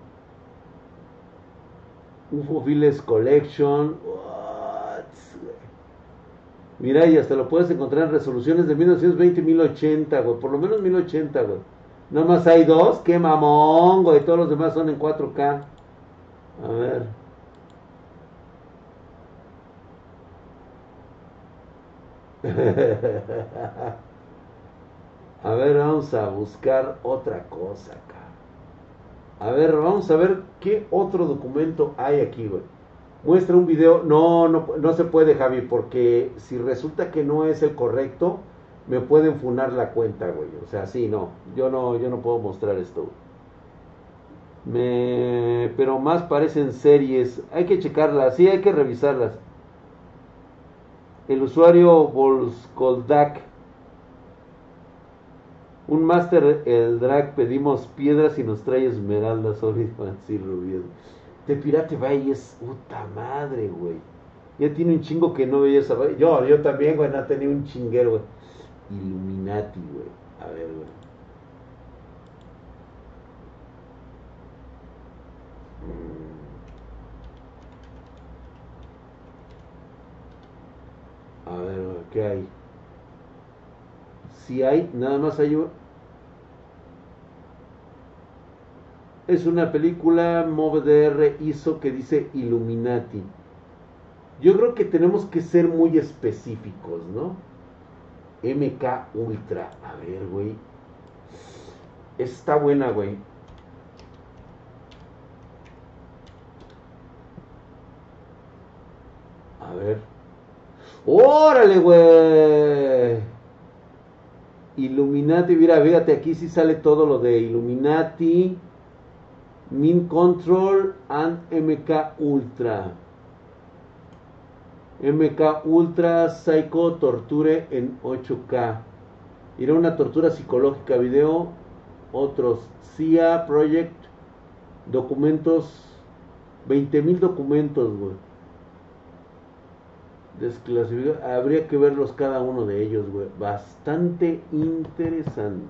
U F O Files Collection. What? Mira, y hasta lo puedes encontrar en resoluciones de mil novecientos veinte y mil ochenta, güey. Por lo menos mil ochenta, güey. Nada más hay dos. ¡Qué mamón, güey! Todos los demás son en cuatro K. A ver. A ver, vamos a buscar otra cosa acá. A ver, vamos a ver qué otro documento hay aquí, güey. Muestra un video. No, no, no se puede, Javi, porque si resulta que no es el correcto, me pueden funar la cuenta, güey. O sea, sí, no. Yo no, yo no puedo mostrar esto, güey. Me... Pero más parecen series. Hay que checarlas, sí, hay que revisarlas. El usuario Volskoldak. Un máster el drag, pedimos piedras y nos trae esmeraldas, sí, rubíes. De Pirate Bay es puta madre, güey. Ya tiene un chingo que no veía esa. Yo, yo también, güey, no tenía un chinguero, güey. Illuminati, güey. A ver, güey. A ver, güey, ¿qué hay? Si hay, nada más hay un... Es una película MoveDR hizo que dice Illuminati. Yo creo que tenemos que ser muy específicos, ¿no? M K Ultra. A ver, güey. Está buena, güey. A ver. ¡Órale, güey! Illuminati, mira, fíjate, aquí sí sale todo lo de Illuminati, Min Control and M K Ultra. M K Ultra Psycho Torture en ocho K. Era una tortura psicológica. Video. Otros. C I A Project. Documentos. veinte mil documentos, güey. Desclasificar. Habría que verlos cada uno de ellos, güey. Bastante interesante.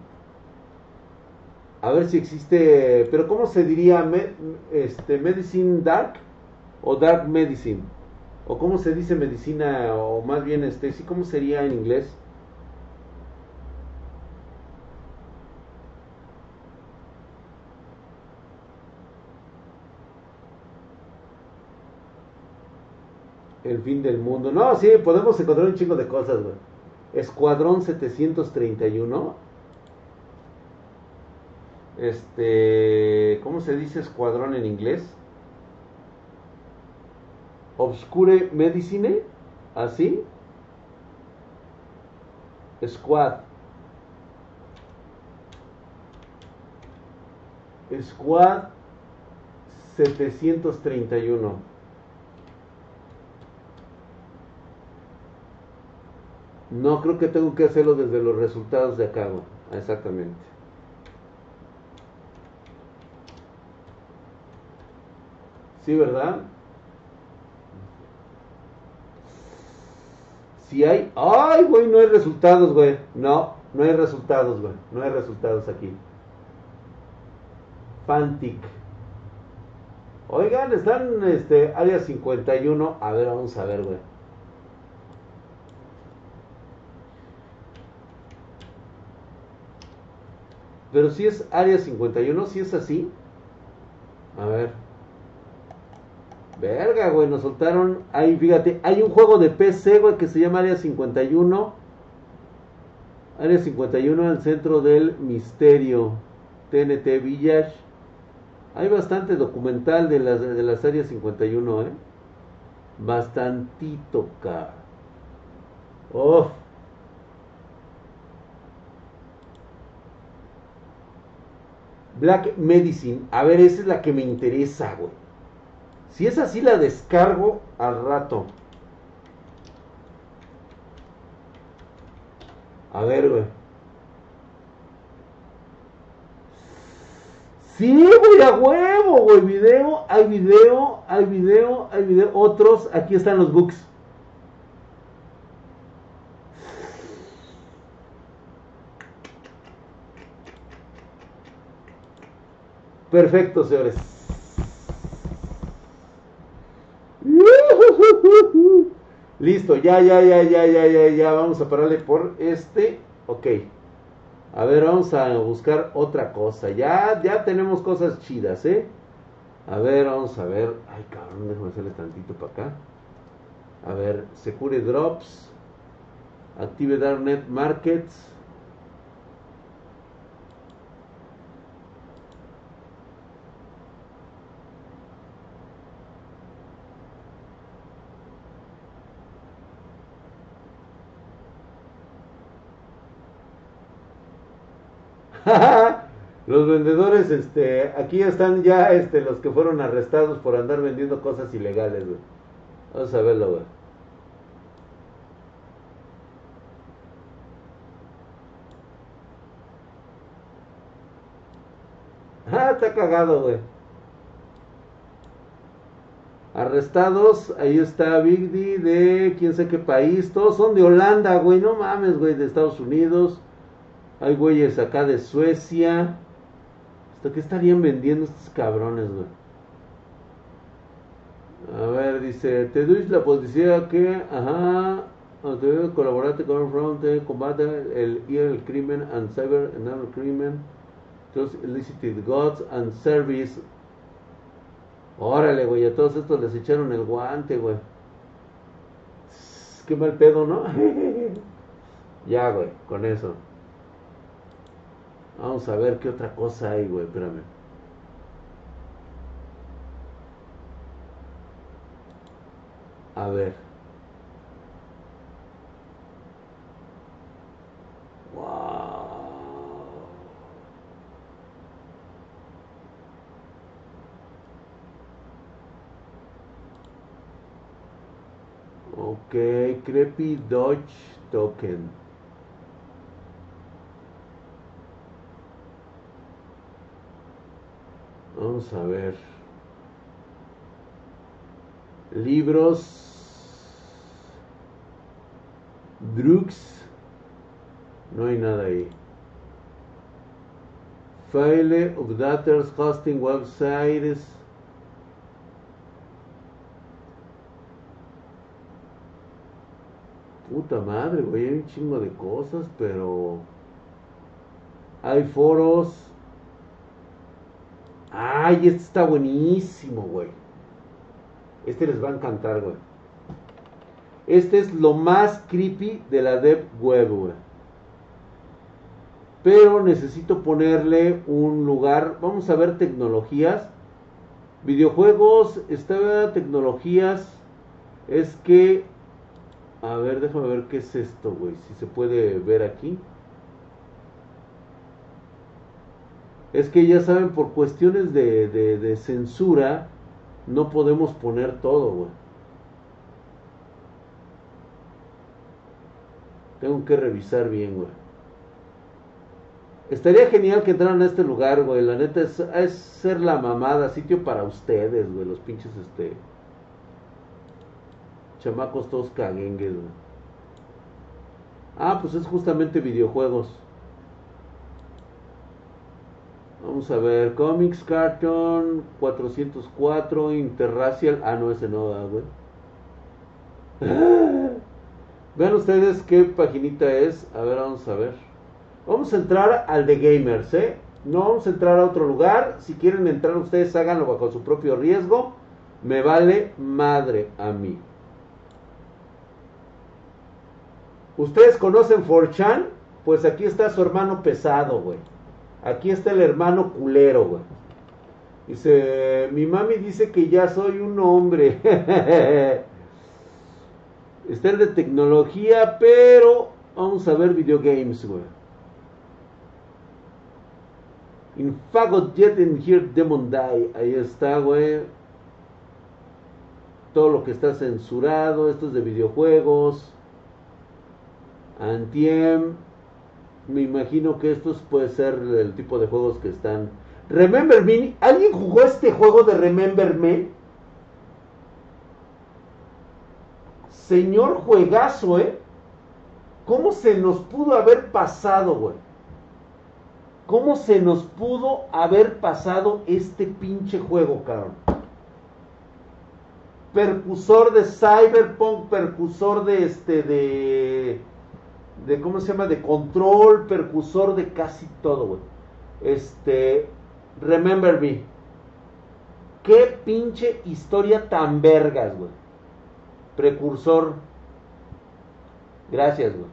A ver si existe. Pero ¿cómo se diría? Me, este, Medicine Dark o Dark Medicine. O cómo se dice medicina, o más bien este, sí, ¿cómo sería en inglés? El fin del mundo. No, sí, podemos encontrar un chingo de cosas, güey. Escuadrón setecientos treinta y uno. Este, ¿cómo se dice escuadrón en inglés? Obscure Medicine, así. Squad. Squad setecientos treinta y uno. No, creo que tengo que hacerlo desde los resultados de acá, güey. Exactamente. Sí, ¿verdad? Si hay... Ay, güey, no hay resultados, güey. No, no hay resultados, güey. No hay resultados aquí. Fantic. Oigan, están este área cincuenta y uno. A ver, vamos a ver, güey. Pero si es área cincuenta y uno, si es así. A ver. Verga, güey, nos soltaron. Ahí, fíjate, hay un juego de P C, güey, que se llama Área cincuenta y uno. Área cincuenta y uno en el centro del misterio. T N T Village. Hay bastante documental de las, de las áreas cincuenta y uno, eh. Bastantito, ca. Oh. Black Medicine. A ver, esa es la que me interesa, güey. Si es así, la descargo al rato. A ver, güey. Sí, güey, a huevo, güey. Video, hay video, hay video, hay video. Otros, aquí están los books. Perfecto, señores. Listo, ya, ya, ya, ya, ya, ya, ya. Vamos a pararle por este. Ok. A ver, vamos a buscar otra cosa. Ya, ya tenemos cosas chidas, ¿eh? A ver, vamos a ver. Ay, cabrón, déjame hacerle tantito para acá. A ver, Secure Drops. Active Darknet Markets. Los vendedores, este, aquí están ya, este, los que fueron arrestados por andar vendiendo cosas ilegales, güey. Vamos a verlo, güey. Ah, está cagado, güey. Arrestados, ahí está Big D de quién sé qué país, todos son de Holanda, güey, no mames, güey, de Estados Unidos. Hay güeyes acá de Suecia. ¿Hasta qué estarían vendiendo estos cabrones, güey? A ver, dice, te doy la policía que, ajá, te colaborate con front de combate el el crimen and cyber and other crimen, just illicit goods and service. Órale, güey, a todos estos les echaron el guante, güey. Qué mal pedo, ¿no? Ya, güey, con eso. Vamos a ver qué otra cosa hay, güey, espérame. A ver. Wow. Ok, Creepy Dodge Token. Vamos a ver. Libros. Drugs. No hay nada ahí. File, updaters, hosting, websites. Puta madre, güey, hay un chingo de cosas, pero... Hay foros. Ay, este está buenísimo, güey. Este les va a encantar, güey. Este es lo más creepy de la Deep Web, güey. Pero necesito ponerle un lugar. Vamos a ver tecnologías. Videojuegos, está tecnologías. Es que... A ver, déjame ver qué es esto, güey. Si se puede ver aquí. Es que ya saben, por cuestiones de, de, de censura, no podemos poner todo, güey. Tengo que revisar bien, güey. Estaría genial que entraran a este lugar, güey. La neta es, es ser la mamada, sitio para ustedes, güey. Los pinches, este... chamacos todos caguengues, güey. Ah, pues es justamente videojuegos. Vamos a ver, Comics Cartoon cuatrocientos cuatro, Interracial. Ah, no, ese no, ah, güey. Vean ustedes qué paginita es. A ver, vamos a ver. Vamos a entrar al de Gamers, ¿eh? No vamos a entrar a otro lugar. Si quieren entrar ustedes, háganlo bajo su propio riesgo. Me vale madre a mí. ¿Ustedes conocen cuatro chan? Pues aquí está su hermano pesado, güey. Aquí está el hermano culero, güey. Dice, mi mami dice que ya soy un hombre. Está el de tecnología, pero vamos a ver videogames, güey. Infagot Jet in Here Demon Die. Ahí está, güey. Todo lo que está censurado. Esto es de videojuegos. Antiem. Me imagino que estos puede ser el tipo de juegos que están. Remember Me. ¿Alguien jugó este juego de Remember Me? Señor juegazo, ¿eh? ¿Cómo se nos pudo haber pasado, güey? ¿Cómo se nos pudo haber pasado este pinche juego, cabrón? Percursor de Cyberpunk, percursor de este, de... de ¿cómo se llama? De Control, percursor de casi todo, güey. Este... Remember Me. Qué pinche historia tan vergas, güey. Precursor. Gracias, güey.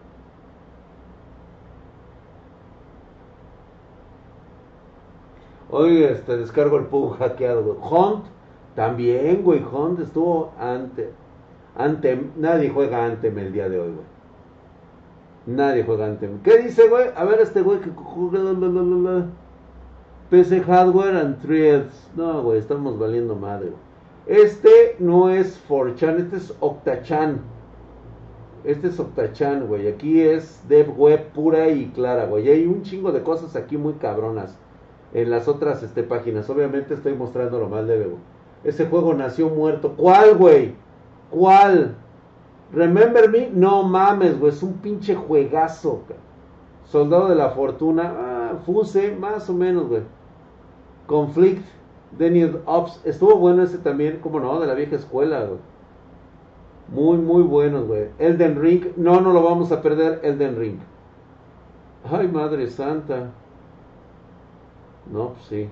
Hoy este, descargo el P U B G hackeado, güey. Hunt, también, güey. Hunt estuvo ante. Anthem. Nadie juega Anthem el día de hoy, güey. Nadie juega Anthem. ¿Qué dice, güey? A ver, este güey que juega. P C Hardware and Threads. No, güey, estamos valiendo madre, güey. Este no es cuatro chan, este es Octachan. Este es Octachan, güey. Aquí es Dev Web pura y clara, güey. Y hay un chingo de cosas aquí muy cabronas en las otras este, páginas. Obviamente estoy mostrando lo más leve, güey. Ese juego nació muerto. ¿Cuál, güey? ¿Cuál? Remember Me, no mames, güey. Es un pinche juegazo, güey. Soldado de la Fortuna. Ah, Fuse, más o menos, güey. Conflict. Denied Ops, estuvo bueno ese también, como no, de la vieja escuela, güey. Muy, muy buenos, güey. Elden Ring, no, no lo vamos a perder, Elden Ring. Ay, madre santa. No, pues sí.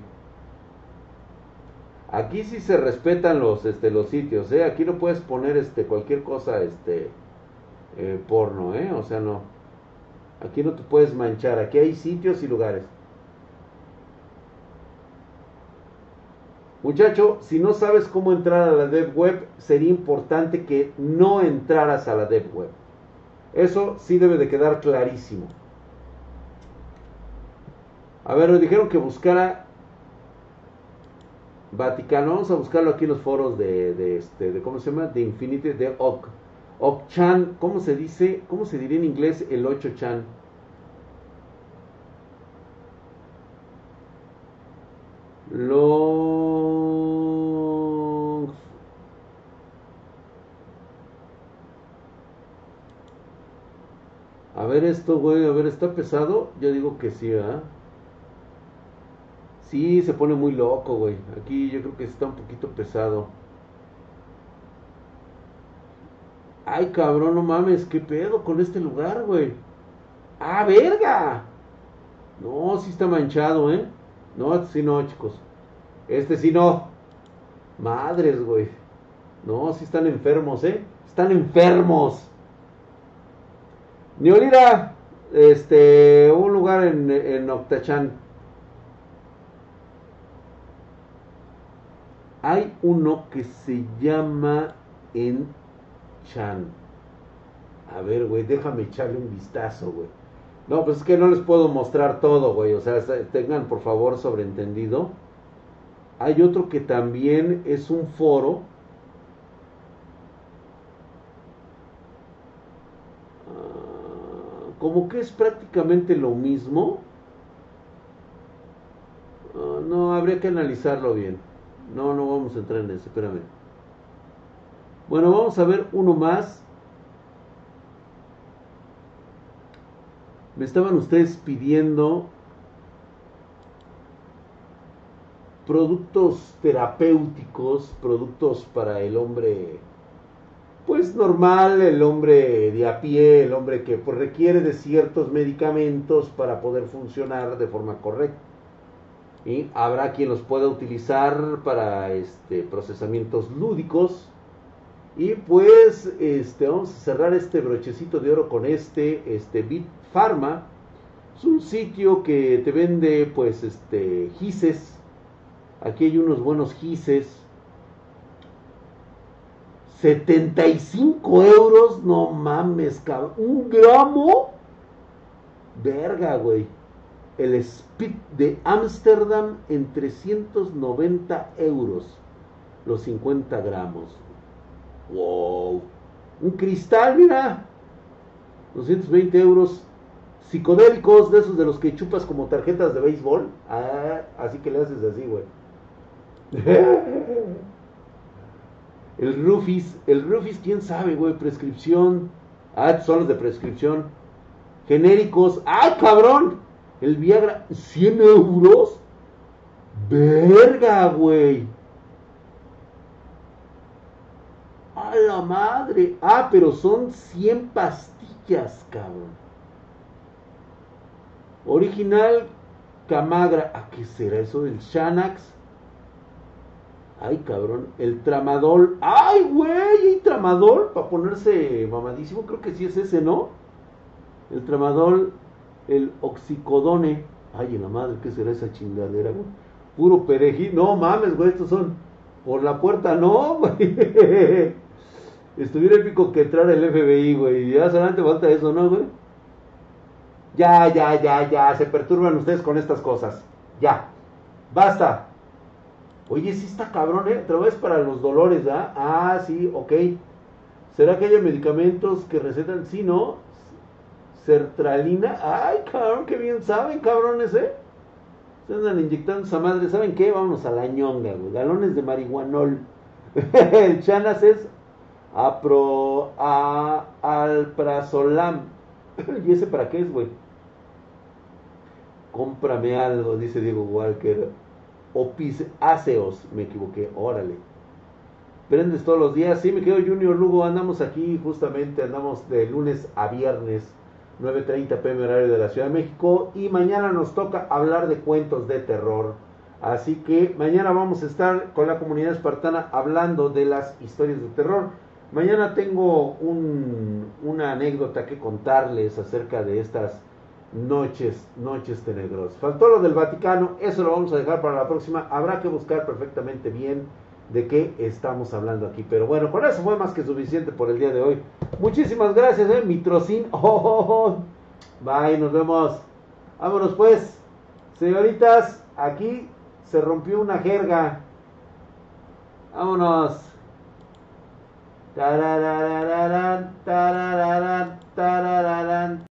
Aquí sí se respetan los, este, los sitios, ¿eh? Aquí no puedes poner, este, cualquier cosa, este, eh, porno, ¿eh? O sea, no. Aquí no te puedes manchar, aquí hay sitios y lugares. Muchacho, si no sabes cómo entrar a la Dev Web, sería importante que no entraras a la Dev Web. Eso sí debe de quedar clarísimo. A ver, me dijeron que buscara Vaticano. Vamos a buscarlo aquí en los foros de, de este, de ¿cómo se llama? De Infinity, de Oc. Oc-chan, ¿cómo se dice? ¿Cómo se diría en inglés el ocho chan? Long. A ver esto, güey, a ver, ¿está pesado? Yo digo que sí, ¿verdad? Sí, se pone muy loco, güey. Aquí yo creo que está un poquito pesado. Ay, cabrón, no mames, ¿qué pedo con este lugar, güey? ¡Ah, verga! No, sí está manchado, ¿eh? No, este sí no, chicos. Este sí no. Madres, güey. No, sí están enfermos, ¿eh? Están enfermos. Neolira, este, un lugar en, en Octachan. Hay uno que se llama en Chan. A ver, güey, déjame echarle un vistazo, güey. No, pues es que no les puedo mostrar todo, güey. O sea, tengan por favor sobreentendido. Hay otro que también es un foro. Uh, como que es prácticamente lo mismo. Uh, no, habría que analizarlo bien. No, no vamos a entrar en eso, espérame. Bueno, vamos a ver uno más. Me estaban ustedes pidiendo productos terapéuticos, productos para el hombre, pues normal, el hombre de a pie, el hombre que pues, requiere de ciertos medicamentos para poder funcionar de forma correcta. Y habrá quien los pueda utilizar para este, procesamientos lúdicos. Y pues este, vamos a cerrar este brochecito de oro con este, este Bit Pharma. Es un sitio que te vende pues este gises. Aquí hay unos buenos gises. setenta y cinco euros, no mames, cabrón. Un gramo. Verga, güey. El Speed de Ámsterdam en trescientos noventa euros. Los cincuenta gramos. Wow. Un cristal, mira. doscientos veinte euros. Psicodélicos, de esos de los que chupas como tarjetas de béisbol. Ah, así que le haces así, güey. El Rufis, el Rufis, quién sabe, güey, prescripción. Ah, son los de prescripción. Genéricos, ¡ay, cabrón! El Viagra, cien euros. Verga, güey. A la madre. Ah, pero son cien pastillas, cabrón. Original Camagra. ¿A qué será eso del Xanax? Ay, cabrón. El Tramadol. ¡Ay, güey! ¿Hay Tramadol? Para ponerse mamadísimo. Creo que sí es ese, ¿no? El Tramadol. El Oxicodone. Ay, en la madre, ¿qué será esa chingadera, güey? Puro perejil. No mames, güey. Estos son por la puerta, no, güey. Estuviera épico que entrara el F B I, güey. Ya solamente falta eso, ¿no, güey? Ya, ya, ya, ya. Se perturban ustedes con estas cosas. Ya. Basta. Oye, sí está cabrón, ¿eh? Otra vez para los dolores, ¿verdad? Ah, sí, ok. ¿Será que haya medicamentos que recetan? Sí, ¿no? Sertralina. Ay, cabrón, qué bien saben, cabrones, ¿eh? Se andan inyectando esa madre. ¿Saben qué? Vámonos a la ñonga, güey. Galones de marihuanol. El Chanas es apro, a, alprazolam. ¿Y ese para qué es, güey? Cómprame algo, dice Diego Walker. Opicáceos, me equivoqué, órale. Prendes todos los días, sí, me quedo Junior Lugo, andamos aquí justamente, andamos de lunes a viernes, nueve treinta pm horario de la Ciudad de México, y mañana nos toca hablar de cuentos de terror, así que mañana vamos a estar con la comunidad espartana hablando de las historias de terror. Mañana tengo un, una anécdota que contarles acerca de estas noches, noches tenebrosas. Faltó lo del Vaticano, eso lo vamos a dejar para la próxima. Habrá que buscar perfectamente bien de qué estamos hablando aquí. Pero bueno, con eso fue más que suficiente por el día de hoy. Muchísimas gracias, eh, Mitrocin. Oh, oh, oh. Bye, nos vemos. Vámonos pues. Señoritas, aquí se rompió una jerga. Vámonos. Tararararán, tarararán, tarararán.